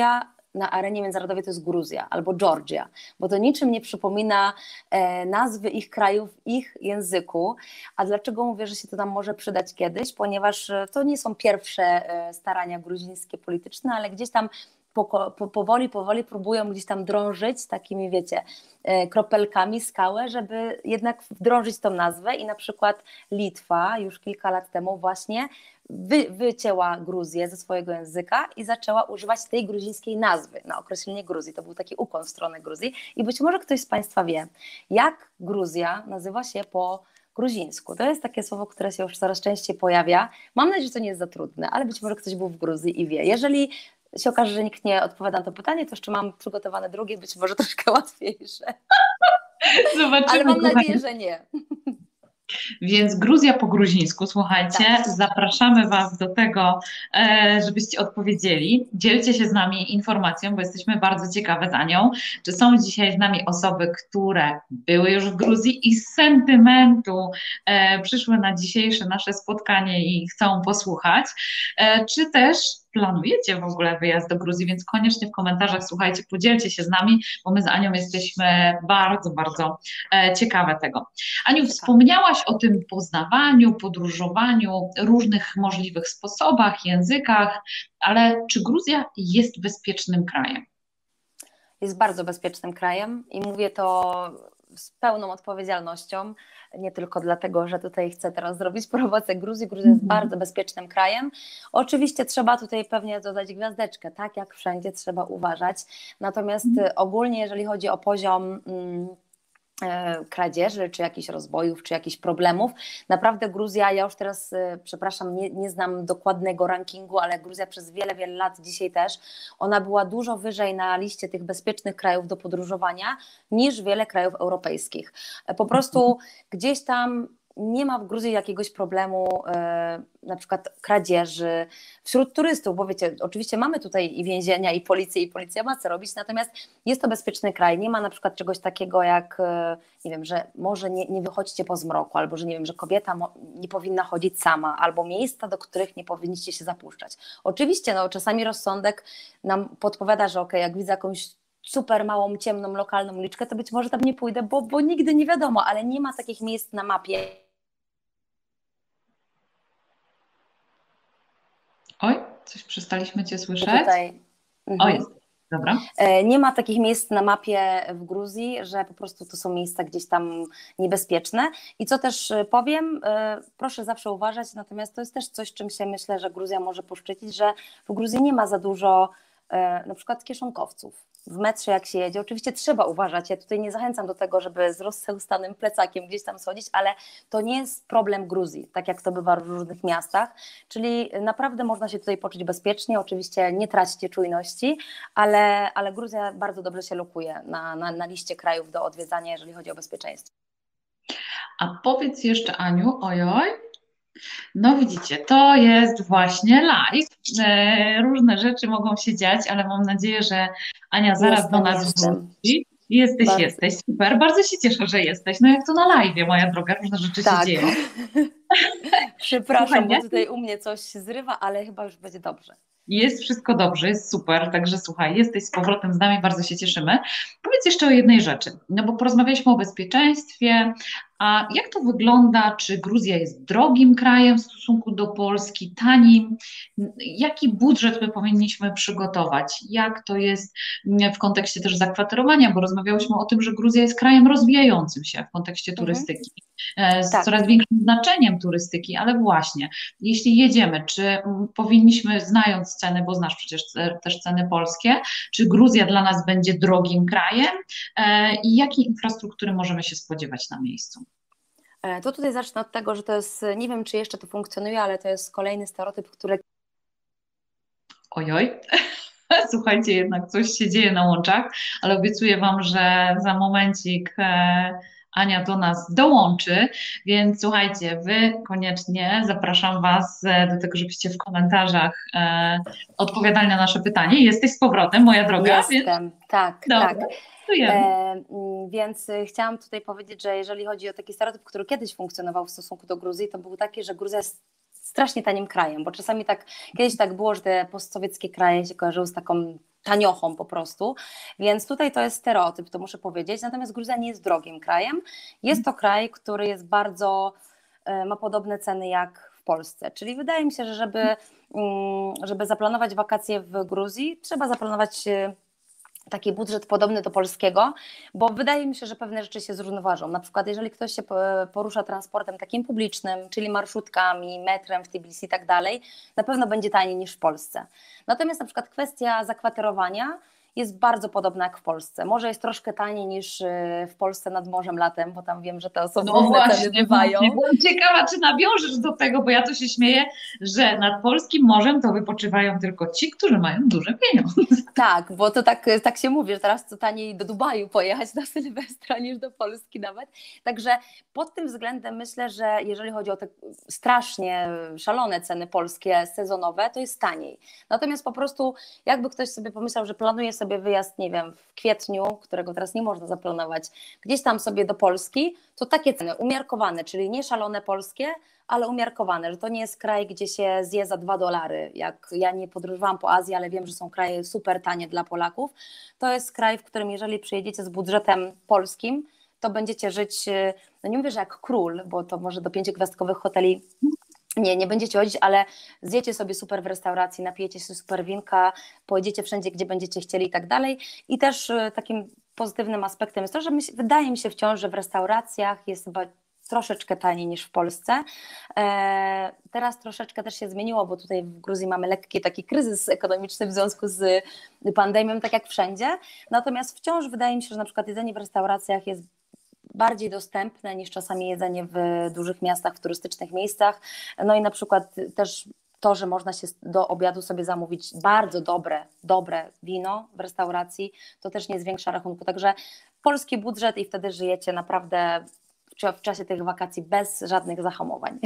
na arenie międzynarodowej to jest Gruzja albo Georgia, bo to niczym nie przypomina nazwy ich krajów w ich języku. A dlaczego mówię, że się to nam może przydać kiedyś? Ponieważ to nie są pierwsze starania gruzińskie polityczne, ale gdzieś tam powoli próbują gdzieś tam drążyć takimi, wiecie, kropelkami skałę, żeby jednak wdrążyć tą nazwę i na przykład Litwa już kilka lat temu właśnie wycięła Gruzję ze swojego języka i zaczęła używać tej gruzińskiej nazwy na określenie Gruzji. To był taki ukłon w stronę Gruzji i być może ktoś z Państwa wie, jak Gruzja nazywa się po gruzińsku. To jest takie słowo, które się już coraz częściej pojawia. Mam nadzieję, że to nie jest za trudne, ale być może ktoś był w Gruzji i wie. Jeżeli się okaże, że nikt nie odpowiada na to pytanie, to jeszcze mam przygotowane drugie, być może troszkę łatwiejsze. Zobaczymy, ale mam kochani. nadzieję, że nie. Więc Gruzja po gruzińsku, słuchajcie, zapraszamy Was do tego, żebyście odpowiedzieli. Dzielcie się z nami informacją, bo jesteśmy bardzo ciekawe za nią. Czy są dzisiaj z nami osoby, które były już w Gruzji i z sentymentu przyszły na dzisiejsze nasze spotkanie i chcą posłuchać, czy też planujecie w ogóle wyjazd do Gruzji, więc koniecznie w komentarzach, słuchajcie, podzielcie się z nami, bo my z Anią jesteśmy bardzo, bardzo ciekawe tego. Aniu, wspomniałaś o tym poznawaniu, podróżowaniu, różnych możliwych sposobach, językach, ale czy Gruzja jest bezpiecznym krajem? Jest bardzo bezpiecznym krajem i mówię to z pełną odpowiedzialnością, nie tylko dlatego, że tutaj chcę teraz zrobić promocję Gruzji. Gruzja jest bardzo bezpiecznym krajem. Oczywiście trzeba tutaj pewnie dodać gwiazdeczkę, tak jak wszędzie trzeba uważać. Natomiast ogólnie, jeżeli chodzi o poziom kradzieży, czy jakichś rozbojów, czy jakichś problemów. Naprawdę Gruzja, ja już teraz, przepraszam, nie znam dokładnego rankingu, ale Gruzja przez wiele, wiele lat, dzisiaj też, ona była dużo wyżej na liście tych bezpiecznych krajów do podróżowania niż wiele krajów europejskich. Po prostu gdzieś tam nie ma w Gruzji jakiegoś problemu na przykład kradzieży wśród turystów, bo wiecie, oczywiście mamy tutaj i więzienia, i policja ma co robić, natomiast jest to bezpieczny kraj. Nie ma na przykład czegoś takiego jak, nie wiem, że może nie wychodźcie po zmroku, albo że nie wiem, że kobieta nie powinna chodzić sama, albo miejsca, do których nie powinniście się zapuszczać. Oczywiście, no czasami rozsądek nam podpowiada, że okej, jak widzę jakąś super małą, ciemną, lokalną uliczkę, to być może tam nie pójdę, bo nigdy nie wiadomo, ale nie ma takich miejsc na mapie. Oj, coś przestaliśmy Cię słyszeć. Tutaj. Oj, dobra. Nie ma takich miejsc na mapie w Gruzji, że po prostu to są miejsca gdzieś tam niebezpieczne. I co też powiem, proszę zawsze uważać, natomiast to jest też coś, czym się myślę, że Gruzja może poszczycić, że w Gruzji nie ma za dużo na przykład kieszonkowców. W metrze jak się jedzie, oczywiście trzeba uważać, ja tutaj nie zachęcam do tego, żeby z rozchełstanym plecakiem gdzieś tam schodzić, ale to nie jest problem Gruzji, tak jak to bywa w różnych miastach, czyli naprawdę można się tutaj poczuć bezpiecznie, oczywiście nie traćcie czujności, ale Gruzja bardzo dobrze się lokuje na liście krajów do odwiedzania, jeżeli chodzi o bezpieczeństwo. A powiedz jeszcze, Aniu, ojoj, no widzicie, to jest właśnie live. Różne rzeczy mogą się dziać, ale mam nadzieję, że Ania zaraz do nas wróci. Jesteś, super. Bardzo się cieszę, że jesteś. No jak to na live, moja droga, różne rzeczy się dzieją. Przepraszam, bo tutaj u mnie coś się zrywa, ale chyba już będzie dobrze. Jest wszystko dobrze, jest super, także słuchaj, jesteś z powrotem z nami, bardzo się cieszymy. Powiedz jeszcze o jednej rzeczy, no bo porozmawialiśmy o bezpieczeństwie, a jak to wygląda, czy Gruzja jest drogim krajem w stosunku do Polski, tanim? Jaki budżet my powinniśmy przygotować? Jak to jest w kontekście też zakwaterowania, bo rozmawiałyśmy o tym, że Gruzja jest krajem rozwijającym się w kontekście turystyki, z coraz większym znaczeniem turystyki, ale właśnie, jeśli jedziemy, czy powinniśmy, znając ceny, bo znasz przecież też ceny polskie, czy Gruzja dla nas będzie drogim krajem i jakiej infrastruktury możemy się spodziewać na miejscu? To tutaj zacznę od tego, że to jest, nie wiem czy jeszcze to funkcjonuje, ale to jest kolejny stereotyp, który... Ojoj, słuchajcie, jednak coś się dzieje na łączach, ale obiecuję Wam, że za momencik Ania do nas dołączy, więc słuchajcie, Wy koniecznie zapraszam Was do tego, żebyście w komentarzach odpowiadali na nasze pytanie. Jesteś z powrotem, moja droga? Jestem, więc... tak, Dobra, tak. Więc chciałam tutaj powiedzieć, że jeżeli chodzi o taki stereotyp, który kiedyś funkcjonował w stosunku do Gruzji, to był taki, że Gruzja jest strasznie tanim krajem, bo czasami tak, kiedyś tak było, że te postsowieckie kraje się kojarzyły z taką taniochą po prostu, więc tutaj to jest stereotyp, to muszę powiedzieć, natomiast Gruzja nie jest drogim krajem, jest to kraj, który jest bardzo, ma podobne ceny jak w Polsce, czyli wydaje mi się, że żeby zaplanować wakacje w Gruzji, trzeba zaplanować taki budżet podobny do polskiego, bo wydaje mi się, że pewne rzeczy się zrównoważą. Na przykład jeżeli ktoś się porusza transportem takim publicznym, czyli marszutkami, metrem w Tbilisi i tak dalej, na pewno będzie taniej niż w Polsce. Natomiast na przykład kwestia zakwaterowania jest bardzo podobna jak w Polsce. Może jest troszkę taniej niż w Polsce nad morzem latem, bo tam wiem, że te No osobne ceny właśnie, bywają. byłam ciekawa, czy nawiążesz do tego, bo ja to się śmieję, że nad polskim morzem to wypoczywają tylko ci, którzy mają duże pieniądze. Tak, bo to tak się mówi, że teraz to taniej do Dubaju pojechać na Sylwestra niż do Polski nawet. Także pod tym względem myślę, że jeżeli chodzi o te strasznie szalone ceny polskie sezonowe, to jest taniej. Natomiast po prostu jakby ktoś sobie pomyślał, że planuje sobie wyjazd, nie wiem, w kwietniu, którego teraz nie można zaplanować, gdzieś tam sobie do Polski, to takie ceny umiarkowane, czyli nie szalone polskie, ale umiarkowane, że to nie jest kraj, gdzie się zje za $2. Jak ja nie podróżowałam po Azji, ale wiem, że są kraje super tanie dla Polaków. To jest kraj, w którym jeżeli przyjedziecie z budżetem polskim, to będziecie żyć, no nie mówię, że jak król, bo to może do 5-gwiazdkowych hoteli nie będziecie chodzić, ale zjecie sobie super w restauracji, napijecie się super winka, pojedziecie wszędzie, gdzie będziecie chcieli i tak dalej. I też takim pozytywnym aspektem jest to, że wydaje mi się wciąż, że w restauracjach jest chyba troszeczkę taniej niż w Polsce. Teraz troszeczkę też się zmieniło, bo tutaj w Gruzji mamy lekki taki kryzys ekonomiczny w związku z pandemią, tak jak wszędzie. Natomiast wciąż wydaje mi się, że na przykład jedzenie w restauracjach jest bardziej dostępne niż czasami jedzenie w dużych miastach, w turystycznych miejscach. No i na przykład też to, że można się do obiadu sobie zamówić bardzo dobre wino w restauracji, to też nie zwiększa rachunku. Także polski budżet i wtedy żyjecie naprawdę w czasie tych wakacji bez żadnych zahamowań.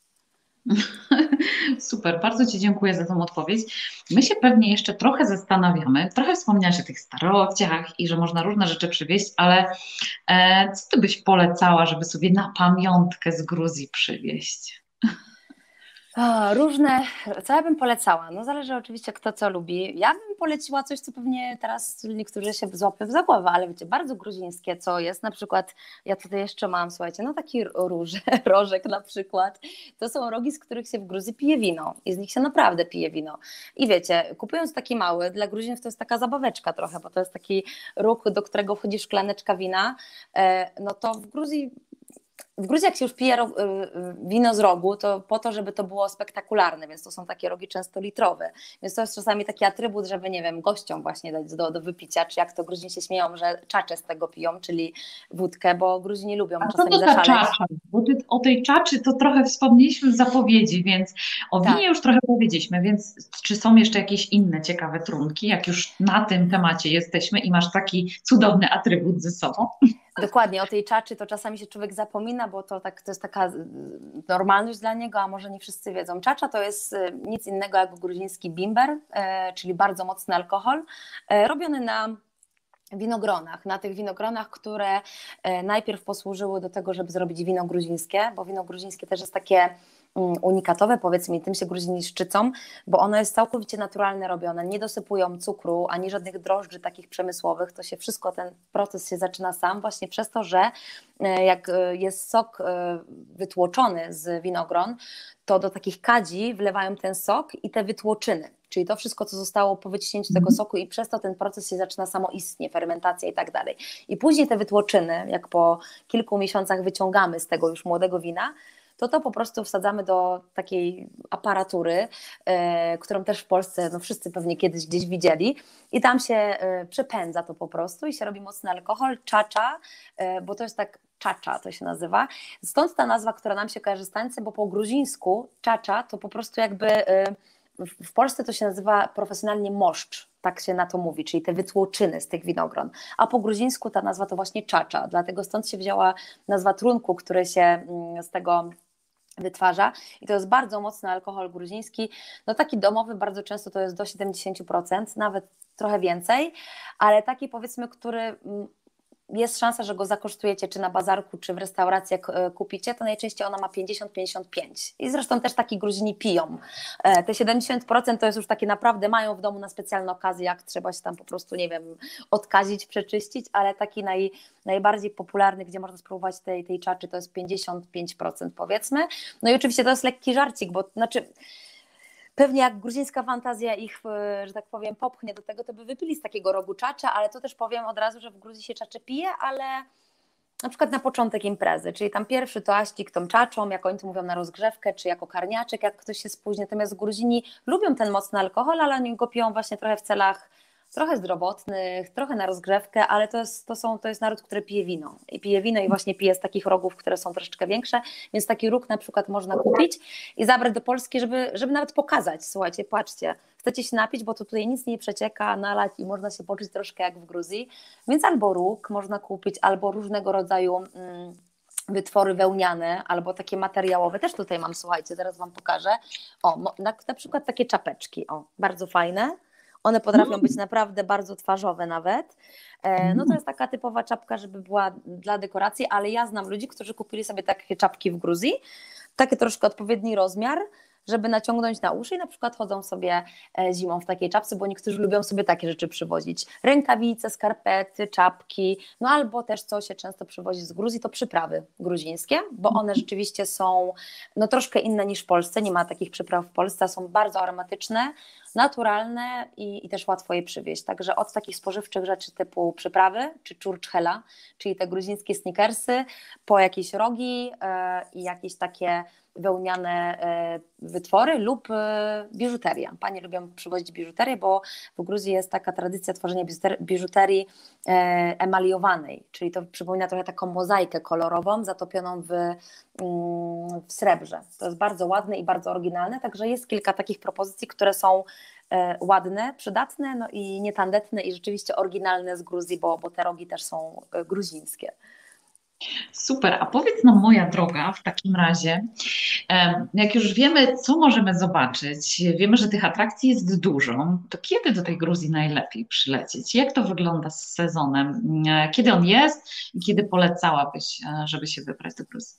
Super, bardzo Ci dziękuję za tą odpowiedź. My się pewnie jeszcze trochę zastanawiamy, trochę wspomniałaś o tych starociach i że można różne rzeczy przywieźć, ale co Ty byś polecała, żeby sobie na pamiątkę z Gruzji przywieźć? Różne, co ja bym polecała? No zależy oczywiście kto co lubi. Ja bym poleciła coś, co pewnie teraz niektórzy się złapią za głowę, ale wiecie, bardzo gruzińskie, co jest na przykład, ja tutaj jeszcze mam, słuchajcie, no taki rożek na przykład, to są rogi, z których się w Gruzji pije wino i z nich się naprawdę pije wino. I wiecie, kupując taki mały, dla Gruzinów to jest taka zabaweczka trochę, bo to jest taki róg, do którego wchodzi szklaneczka wina, no to w Gruzji jak się już pije wino z rogu, to po to, żeby to było spektakularne, więc to są takie rogi często litrowe, więc to jest czasami taki atrybut, żeby, nie wiem, gościom właśnie dać do wypicia, czy jak to Gruzini się śmieją, że czacze z tego piją, czyli wódkę, bo Gruzini lubią A co czasami to za zaszaleć. czacza? Bo o tej czaczy to trochę wspomnieliśmy w zapowiedzi, więc o winie Tak. już trochę powiedzieliśmy, więc czy są jeszcze jakieś inne ciekawe trunki, jak już na tym temacie jesteśmy i masz taki cudowny atrybut ze sobą? Dokładnie, o tej czaczy to czasami się człowiek zapomina, bo to jest taka normalność dla niego, a może nie wszyscy wiedzą. Czacza to jest nic innego jak gruziński bimber, czyli bardzo mocny alkohol, robiony na winogronach, na tych winogronach, które najpierw posłużyły do tego, żeby zrobić wino gruzińskie, bo wino gruzińskie też jest takie unikatowe, powiedzmy, i tym się Gruzini szczycą, bo ono jest całkowicie naturalnie robione, nie dosypują cukru, ani żadnych drożdży takich przemysłowych, to się wszystko, ten proces się zaczyna sam właśnie przez to, że jak jest sok wytłoczony z winogron, to do takich kadzi wlewają ten sok i te wytłoczyny, czyli to wszystko, co zostało po wyciśnięciu tego soku i przez to ten proces się zaczyna samoistnie, fermentacja i tak dalej. I później te wytłoczyny, jak po kilku miesiącach wyciągamy z tego już młodego wina, to po prostu wsadzamy do takiej aparatury, którą też w Polsce no wszyscy pewnie kiedyś gdzieś widzieli i tam się przepędza to po prostu i się robi mocny alkohol, czacza, bo to jest tak czacza to się nazywa. Stąd ta nazwa, która nam się kojarzy z tańcem, bo po gruzińsku czacza to po prostu jakby w Polsce to się nazywa profesjonalnie moszcz, tak się na to mówi, czyli te wytłoczyny z tych winogron, a po gruzińsku ta nazwa to właśnie czacza, dlatego stąd się wzięła nazwa trunku, który się z tego wytwarza i to jest bardzo mocny alkohol gruziński, no taki domowy bardzo często to jest do 70%, nawet trochę więcej, ale taki powiedzmy, który jest szansa, że go zakosztujecie, czy na bazarku, czy w restauracji, jak kupicie, to najczęściej ona ma 50-55. I zresztą też taki Gruzini piją. Te 70% to jest już takie naprawdę mają w domu na specjalne okazje, jak trzeba się tam po prostu, nie wiem, odkazić, przeczyścić, ale taki najbardziej popularny, gdzie można spróbować tej czaczy, to jest 55% powiedzmy. No i oczywiście to jest lekki żarcik, bo znaczy pewnie jak gruzińska fantazja ich, że tak powiem, popchnie do tego, to by wypili z takiego rogu czacza, ale to też powiem od razu, że w Gruzji się czacze pije, ale na przykład na początek imprezy, czyli tam pierwszy toaścik tą czaczą, jak oni to mówią, na rozgrzewkę, czy jako karniaczek, jak ktoś się spóźni. Natomiast Gruzini lubią ten mocny alkohol, ale oni go piją właśnie trochę w celach trochę zdrowotnych, trochę na rozgrzewkę, ale to jest naród, który pije wino. I pije wino i właśnie pije z takich rogów, które są troszeczkę większe, więc taki róg na przykład można kupić i zabrać do Polski, żeby nawet pokazać, słuchajcie, patrzcie, chcecie się napić, bo to tutaj nic nie przecieka, nalać i można się poczuć troszkę jak w Gruzji, więc albo róg można kupić, albo różnego rodzaju wytwory wełniane, albo takie materiałowe, też tutaj mam, słuchajcie, zaraz Wam pokażę, na przykład takie czapeczki, bardzo fajne. One potrafią być naprawdę bardzo twarzowe nawet. No to jest taka typowa czapka, żeby była dla dekoracji, ale ja znam ludzi, którzy kupili sobie takie czapki w Gruzji, taki troszkę odpowiedni rozmiar, żeby naciągnąć na uszy i na przykład chodzą sobie zimą w takiej czapce, bo niektórzy lubią sobie takie rzeczy przywozić. Rękawice, skarpety, czapki, no albo też co się często przywozi z Gruzji, to przyprawy gruzińskie, bo one rzeczywiście są no troszkę inne niż w Polsce, nie ma takich przypraw w Polsce, są bardzo aromatyczne, naturalne i też łatwo je przywieźć. Także od takich spożywczych rzeczy typu przyprawy, czy czurczchela, czyli te gruzińskie snickersy, po jakieś rogi i jakieś takie wełniane wytwory lub biżuteria. Panie lubią przywozić biżuterię, bo w Gruzji jest taka tradycja tworzenia biżuterii emaliowanej, czyli to przypomina trochę taką mozaikę kolorową zatopioną w srebrze. To jest bardzo ładne i bardzo oryginalne, także jest kilka takich propozycji, które są ładne, przydatne, no i nietandetne i rzeczywiście oryginalne z Gruzji, bo te rogi też są gruzińskie. Super, a powiedz nam, moja droga, w takim razie, jak już wiemy, co możemy zobaczyć, wiemy, że tych atrakcji jest dużo, to kiedy do tej Gruzji najlepiej przylecieć? Jak to wygląda z sezonem? Kiedy on jest i kiedy polecałabyś, żeby się wybrać do Gruzji?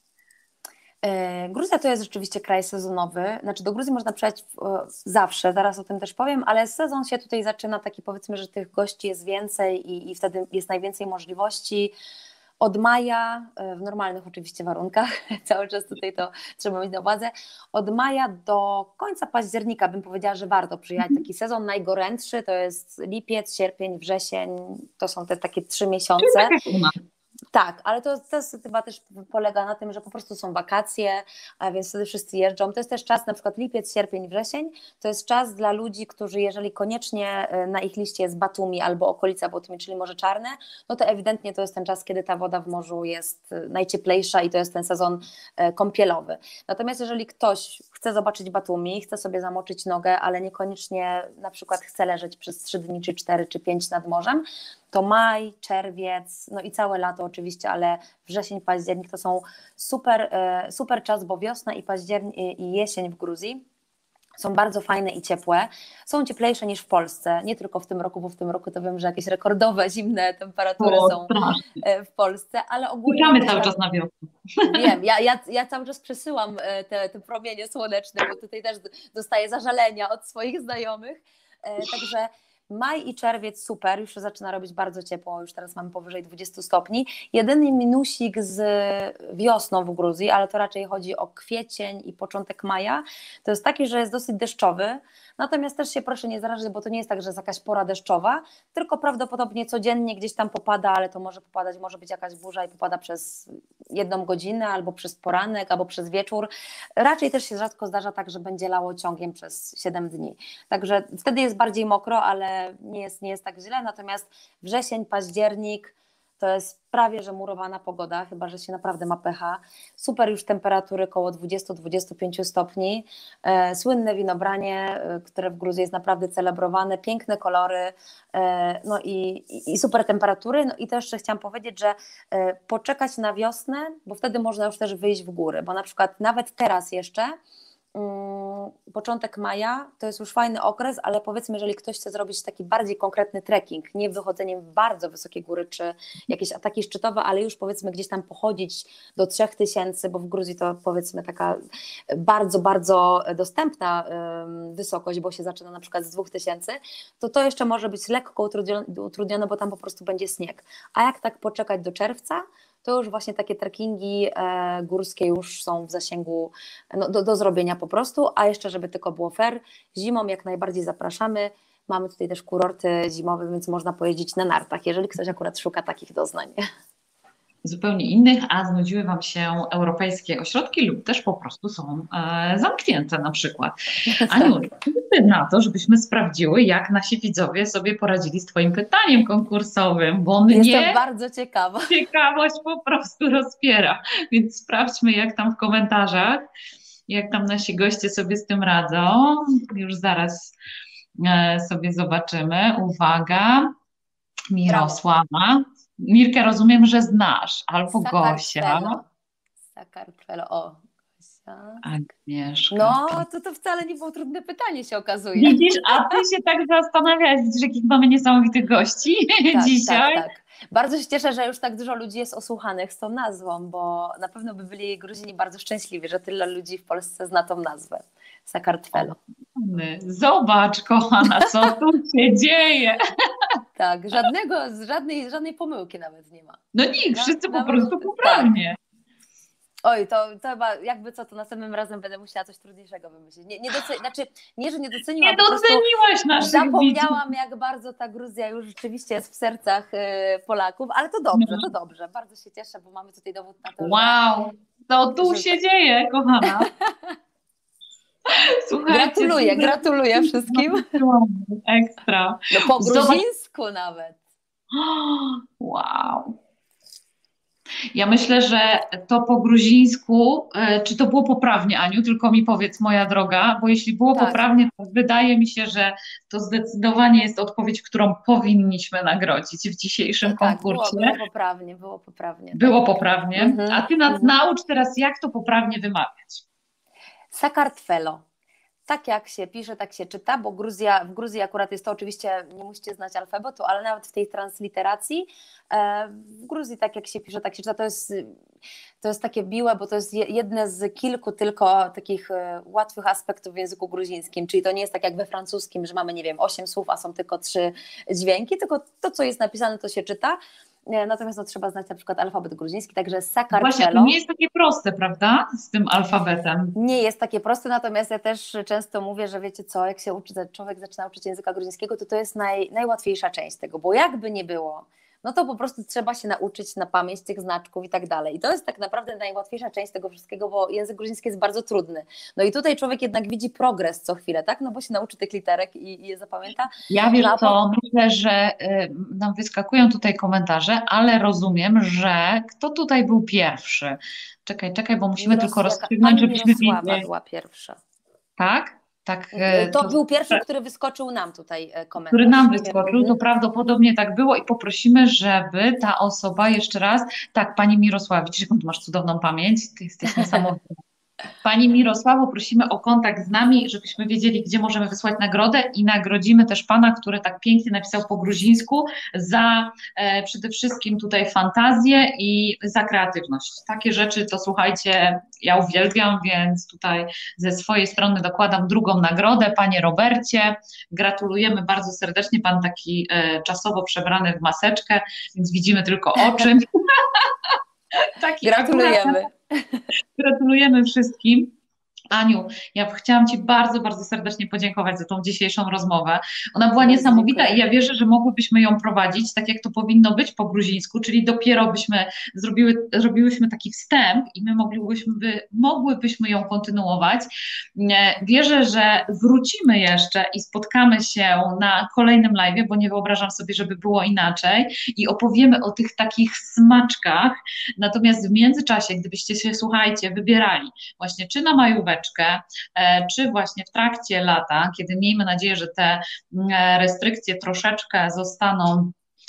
Gruzja to jest rzeczywiście kraj sezonowy, znaczy do Gruzji można przyjechać zawsze, zaraz o tym też powiem, ale sezon się tutaj zaczyna taki, powiedzmy, że tych gości jest więcej i wtedy jest najwięcej możliwości. Od maja, w normalnych oczywiście warunkach, cały czas tutaj to trzeba mieć na uwadze, od maja do końca października bym powiedziała, że warto przyjechać. Taki sezon najgorętszy to jest lipiec, sierpień, wrzesień, to są te takie 3 miesiące. Czyli tak jak u nas. Tak, ale to chyba też polega na tym, że po prostu są wakacje, a więc wtedy wszyscy jeżdżą. To jest też czas, na przykład lipiec, sierpień, wrzesień, to jest czas dla ludzi, którzy jeżeli koniecznie na ich liście jest Batumi albo okolica Batumi, czyli Morze Czarne, no to ewidentnie to jest ten czas, kiedy ta woda w morzu jest najcieplejsza i to jest ten sezon kąpielowy. Natomiast jeżeli ktoś chce zobaczyć Batumi, chce sobie zamoczyć nogę, ale niekoniecznie na przykład chce leżeć przez 3 dni, czy 4, czy 5 nad morzem, to maj, czerwiec, no i całe lato oczywiście, ale wrzesień, październik to są super czas, bo wiosna i jesień w Gruzji są bardzo fajne i ciepłe. Są cieplejsze niż w Polsce, nie tylko w tym roku, bo w tym roku to wiem, że jakieś rekordowe zimne temperatury są w Polsce, ale ogólnie... Czekamy cały czas na wiosnę. Wiem, ja cały czas przesyłam te promienie słoneczne, bo tutaj też dostaję zażalenia od swoich znajomych, także maj i czerwiec super, już się zaczyna robić bardzo ciepło, już teraz mamy powyżej 20 stopni. Jedyny minusik z wiosną w Gruzji, ale to raczej chodzi o kwiecień i początek maja, to jest taki, że jest dosyć deszczowy, natomiast też się proszę nie zarażać, bo to nie jest tak, że jest jakaś pora deszczowa, tylko prawdopodobnie codziennie gdzieś tam popada, ale to może popadać, może być jakaś burza i popada przez 1 godzinę, albo przez poranek, albo przez wieczór. Raczej też się rzadko zdarza tak, że będzie lało ciągiem przez 7 dni. Także wtedy jest bardziej mokro, ale nie jest tak źle, natomiast wrzesień, październik to jest prawie że murowana pogoda, chyba że się naprawdę ma pecha. Super już temperatury koło 20-25 stopni, słynne winobranie, które w Gruzji jest naprawdę celebrowane, piękne kolory, no i super temperatury. No i też jeszcze chciałam powiedzieć, że poczekać na wiosnę, bo wtedy można już też wyjść w góry, bo na przykład nawet teraz jeszcze początek maja to jest już fajny okres, ale powiedzmy, jeżeli ktoś chce zrobić taki bardziej konkretny trekking, nie wychodzeniem w bardzo wysokie góry czy jakieś ataki szczytowe, ale już powiedzmy gdzieś tam pochodzić do 3000, bo w Gruzji to powiedzmy taka bardzo, bardzo dostępna wysokość, bo się zaczyna na przykład z 2000, to jeszcze może być lekko utrudnione, bo tam po prostu będzie śnieg. A jak tak poczekać do czerwca, to już właśnie takie trekkingi górskie już są w zasięgu do zrobienia po prostu, a jeszcze żeby tylko było fair, zimą jak najbardziej zapraszamy, mamy tutaj też kurorty zimowe, więc można pojeździć na nartach, jeżeli ktoś akurat szuka takich doznań. Zupełnie innych, a znudziły Wam się europejskie ośrodki lub też po prostu są zamknięte na przykład. Aniu, ty na to, żebyśmy sprawdziły, jak nasi widzowie sobie poradzili z Twoim pytaniem konkursowym, bo mnie Jestem bardzo ciekawa. ciekawość po prostu rozpiera, więc sprawdźmy, jak tam w komentarzach, jak tam nasi goście sobie z tym radzą. Już zaraz sobie zobaczymy. Uwaga, Mirosława. Mirkę rozumiem, że znasz, albo Gosia. Sakartvelo, o, Gosia. Agnieszka. No, to wcale nie było trudne pytanie, się okazuje. Widzisz, a ty się tak zastanawiałaś, widzisz, jakich mamy niesamowitych gości dzisiaj. Tak. Bardzo się cieszę, że już tak dużo ludzi jest osłuchanych z tą nazwą, bo na pewno by byli Gruzini bardzo szczęśliwi, że tyle ludzi w Polsce zna tą nazwę. Sakartvelo. Zobacz, kochana, co tu się dzieje. Tak, żadnej pomyłki nawet nie ma. No nikt, wszyscy po prostu poprawnie. Tak. Oj, to chyba jakby co, to następnym razem będę musiała coś trudniejszego wymyślić. Nie, że nie doceniłam. Nie doceniłaś naszych zapomniałam, widzów. jak bardzo ta Gruzja już rzeczywiście jest w sercach Polaków, ale to dobrze. Bardzo się cieszę, bo mamy tutaj dowód na to, wow, co tu się dzieje, kochana. Słuchajcie, gratuluję wszystkim. Ekstra. No po gruzińsku nawet. Wow. Ja myślę, że to po gruzińsku, czy to było poprawnie, Aniu, tylko mi powiedz, moja droga, bo jeśli było poprawnie, to wydaje mi się, że to zdecydowanie jest odpowiedź, którą powinniśmy nagrodzić w dzisiejszym konkursie. Było poprawnie. Było poprawnie. A ty nas naucz teraz, jak to poprawnie wymawiać. Sakartvelo. Tak jak się pisze, tak się czyta, bo w Gruzji akurat jest to, oczywiście nie musicie znać alfabetu, ale nawet w tej transliteracji w Gruzji tak jak się pisze, tak się czyta, to jest takie biłe, bo to jest jedne z kilku tylko takich łatwych aspektów w języku gruzińskim, czyli to nie jest tak jak we francuskim, że mamy, nie wiem, 8 słów, a są tylko 3 dźwięki, tylko to, co jest napisane, to się czyta. Natomiast trzeba znać na przykład alfabet gruziński, także Sakartvelo. Właśnie, to nie jest takie proste, prawda, z tym alfabetem? Nie jest takie proste, natomiast ja też często mówię, że wiecie co, jak się człowiek zaczyna uczyć języka gruzińskiego, to jest najłatwiejsza część tego, bo jakby nie było, no to po prostu trzeba się nauczyć na pamięć tych znaczków i tak dalej. I to jest tak naprawdę najłatwiejsza część tego wszystkiego, bo język gruziński jest bardzo trudny. No i tutaj człowiek jednak widzi progres co chwilę, tak? No bo się nauczy tych literek i je zapamięta. Ja wiesz co, myślę, że nam wyskakują tutaj komentarze, ale rozumiem, że kto tutaj był pierwszy? Czekaj, bo musimy tylko rozstrzygnąć, żebyśmy wiedzieli. Była pierwsza. Tak? Tak, to był pierwszy, który wyskoczył nam tutaj komentarz. Który nam wyskoczył, to prawdopodobnie tak było i poprosimy, żeby ta osoba jeszcze raz, tak, Pani Mirosława, widzisz, jaką tu masz cudowną pamięć, Ty jesteś niesamowita. Pani Mirosławo, prosimy o kontakt z nami, żebyśmy wiedzieli, gdzie możemy wysłać nagrodę i nagrodzimy też Pana, który tak pięknie napisał po gruzińsku za przede wszystkim tutaj fantazję i za kreatywność. Takie rzeczy to słuchajcie, ja uwielbiam, więc tutaj ze swojej strony dokładam drugą nagrodę. Panie Robercie, gratulujemy bardzo serdecznie, Pan taki czasowo przebrany w maseczkę, więc widzimy tylko oczy. Gratulujemy. Gratulujemy wszystkim. Aniu, ja chciałam Ci bardzo, bardzo serdecznie podziękować za tą dzisiejszą rozmowę. Ona była niesamowita i ja wierzę, że mogłybyśmy ją prowadzić tak, jak to powinno być po gruzińsku, czyli dopiero byśmy zrobiłyśmy taki wstęp i my mogłybyśmy ją kontynuować. Wierzę, że wrócimy jeszcze i spotkamy się na kolejnym live'ie, bo nie wyobrażam sobie, żeby było inaczej i opowiemy o tych takich smaczkach. Natomiast w międzyczasie, gdybyście się, słuchajcie, wybierali właśnie czy na majóweczkę, czy właśnie w trakcie lata, kiedy miejmy nadzieję, że te restrykcje troszeczkę zostaną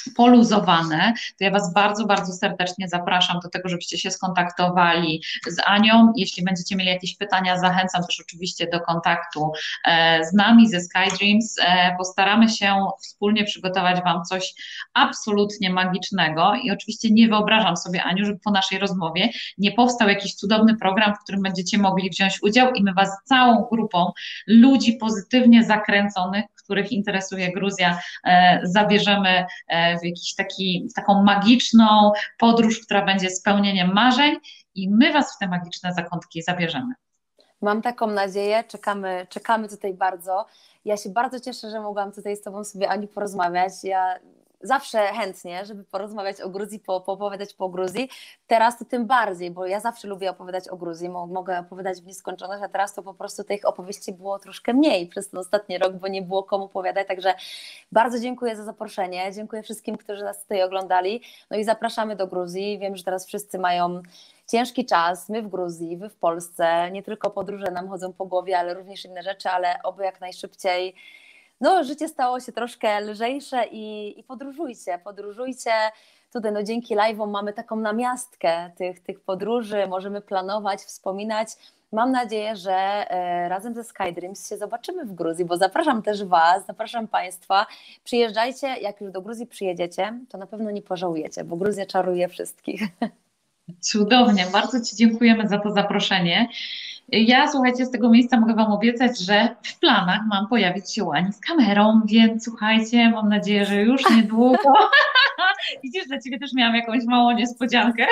poluzowane, to ja Was bardzo, bardzo serdecznie zapraszam do tego, żebyście się skontaktowali z Anią. Jeśli będziecie mieli jakieś pytania, zachęcam też oczywiście do kontaktu z nami, ze SkyDreams. Postaramy się wspólnie przygotować Wam coś absolutnie magicznego i oczywiście nie wyobrażam sobie, Aniu, żeby po naszej rozmowie nie powstał jakiś cudowny program, w którym będziecie mogli wziąć udział i my Was całą grupą ludzi pozytywnie zakręconych, których interesuje Gruzja, zabierzemy w w taką magiczną podróż, która będzie spełnieniem marzeń i my Was w te magiczne zakątki zabierzemy. Mam taką nadzieję, czekamy tutaj bardzo. Ja się bardzo cieszę, że mogłam tutaj z Tobą sobie, Aniu, porozmawiać. Ja zawsze chętnie, żeby porozmawiać o Gruzji, poopowiadać po Gruzji. Teraz to tym bardziej, bo ja zawsze lubię opowiadać o Gruzji, mogę opowiadać w nieskończoność, a teraz to po prostu tych opowieści było troszkę mniej przez ten ostatni rok, bo nie było komu opowiadać, także bardzo dziękuję za zaproszenie, dziękuję wszystkim, którzy nas tutaj oglądali, no i zapraszamy do Gruzji. Wiem, że teraz wszyscy mają ciężki czas, my w Gruzji, wy w Polsce, nie tylko podróże nam chodzą po głowie, ale również inne rzeczy, ale oby jak najszybciej no, życie stało się troszkę lżejsze i podróżujcie. Tutaj no, dzięki live'om mamy taką namiastkę tych podróży, możemy planować, wspominać. Mam nadzieję, że razem ze SkyDreams się zobaczymy w Gruzji, bo zapraszam też Was, zapraszam Państwa. Przyjeżdżajcie, jak już do Gruzji przyjedziecie, to na pewno nie pożałujecie, bo Gruzja czaruje wszystkich. Cudownie, bardzo Ci dziękujemy za to zaproszenie. Ja, słuchajcie, z tego miejsca mogę Wam obiecać, że w planach mam pojawić się u Ani z kamerą, więc słuchajcie, mam nadzieję, że już niedługo. Widzisz, dla Ciebie też miałam jakąś małą niespodziankę,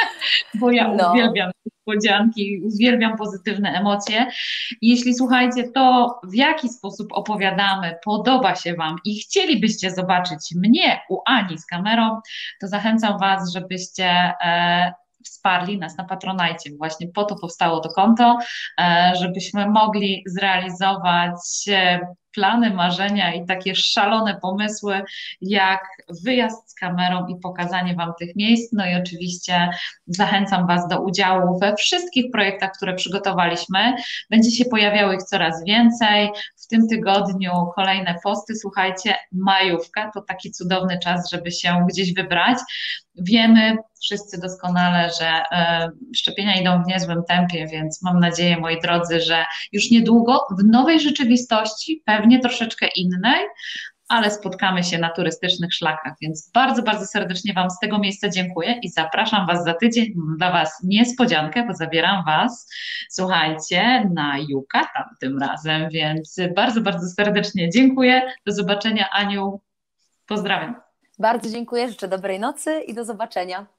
bo ja uwielbiam niespodzianki, uwielbiam pozytywne emocje. Jeśli słuchajcie, to w jaki sposób opowiadamy, podoba się Wam i chcielibyście zobaczyć mnie u Ani z kamerą, to zachęcam Was, żebyście wsparli nas na Patronajcie. Właśnie po to powstało to konto, żebyśmy mogli zrealizować plany, marzenia i takie szalone pomysły, jak wyjazd z kamerą i pokazanie Wam tych miejsc. No i oczywiście zachęcam Was do udziału we wszystkich projektach, które przygotowaliśmy. Będzie się pojawiało ich coraz więcej. W tym tygodniu kolejne posty. Słuchajcie, majówka to taki cudowny czas, żeby się gdzieś wybrać. Wiemy wszyscy doskonale, że szczepienia idą w niezłym tempie, więc mam nadzieję, moi drodzy, że już niedługo w nowej rzeczywistości, pewnie troszeczkę innej, ale spotkamy się na turystycznych szlakach, więc bardzo, bardzo serdecznie Wam z tego miejsca dziękuję i zapraszam Was za tydzień. Mam dla Was niespodziankę, bo zabieram Was, słuchajcie, na Yucatan tym razem, więc bardzo, bardzo serdecznie dziękuję. Do zobaczenia, Aniu. Pozdrawiam. Bardzo dziękuję, życzę dobrej nocy i do zobaczenia.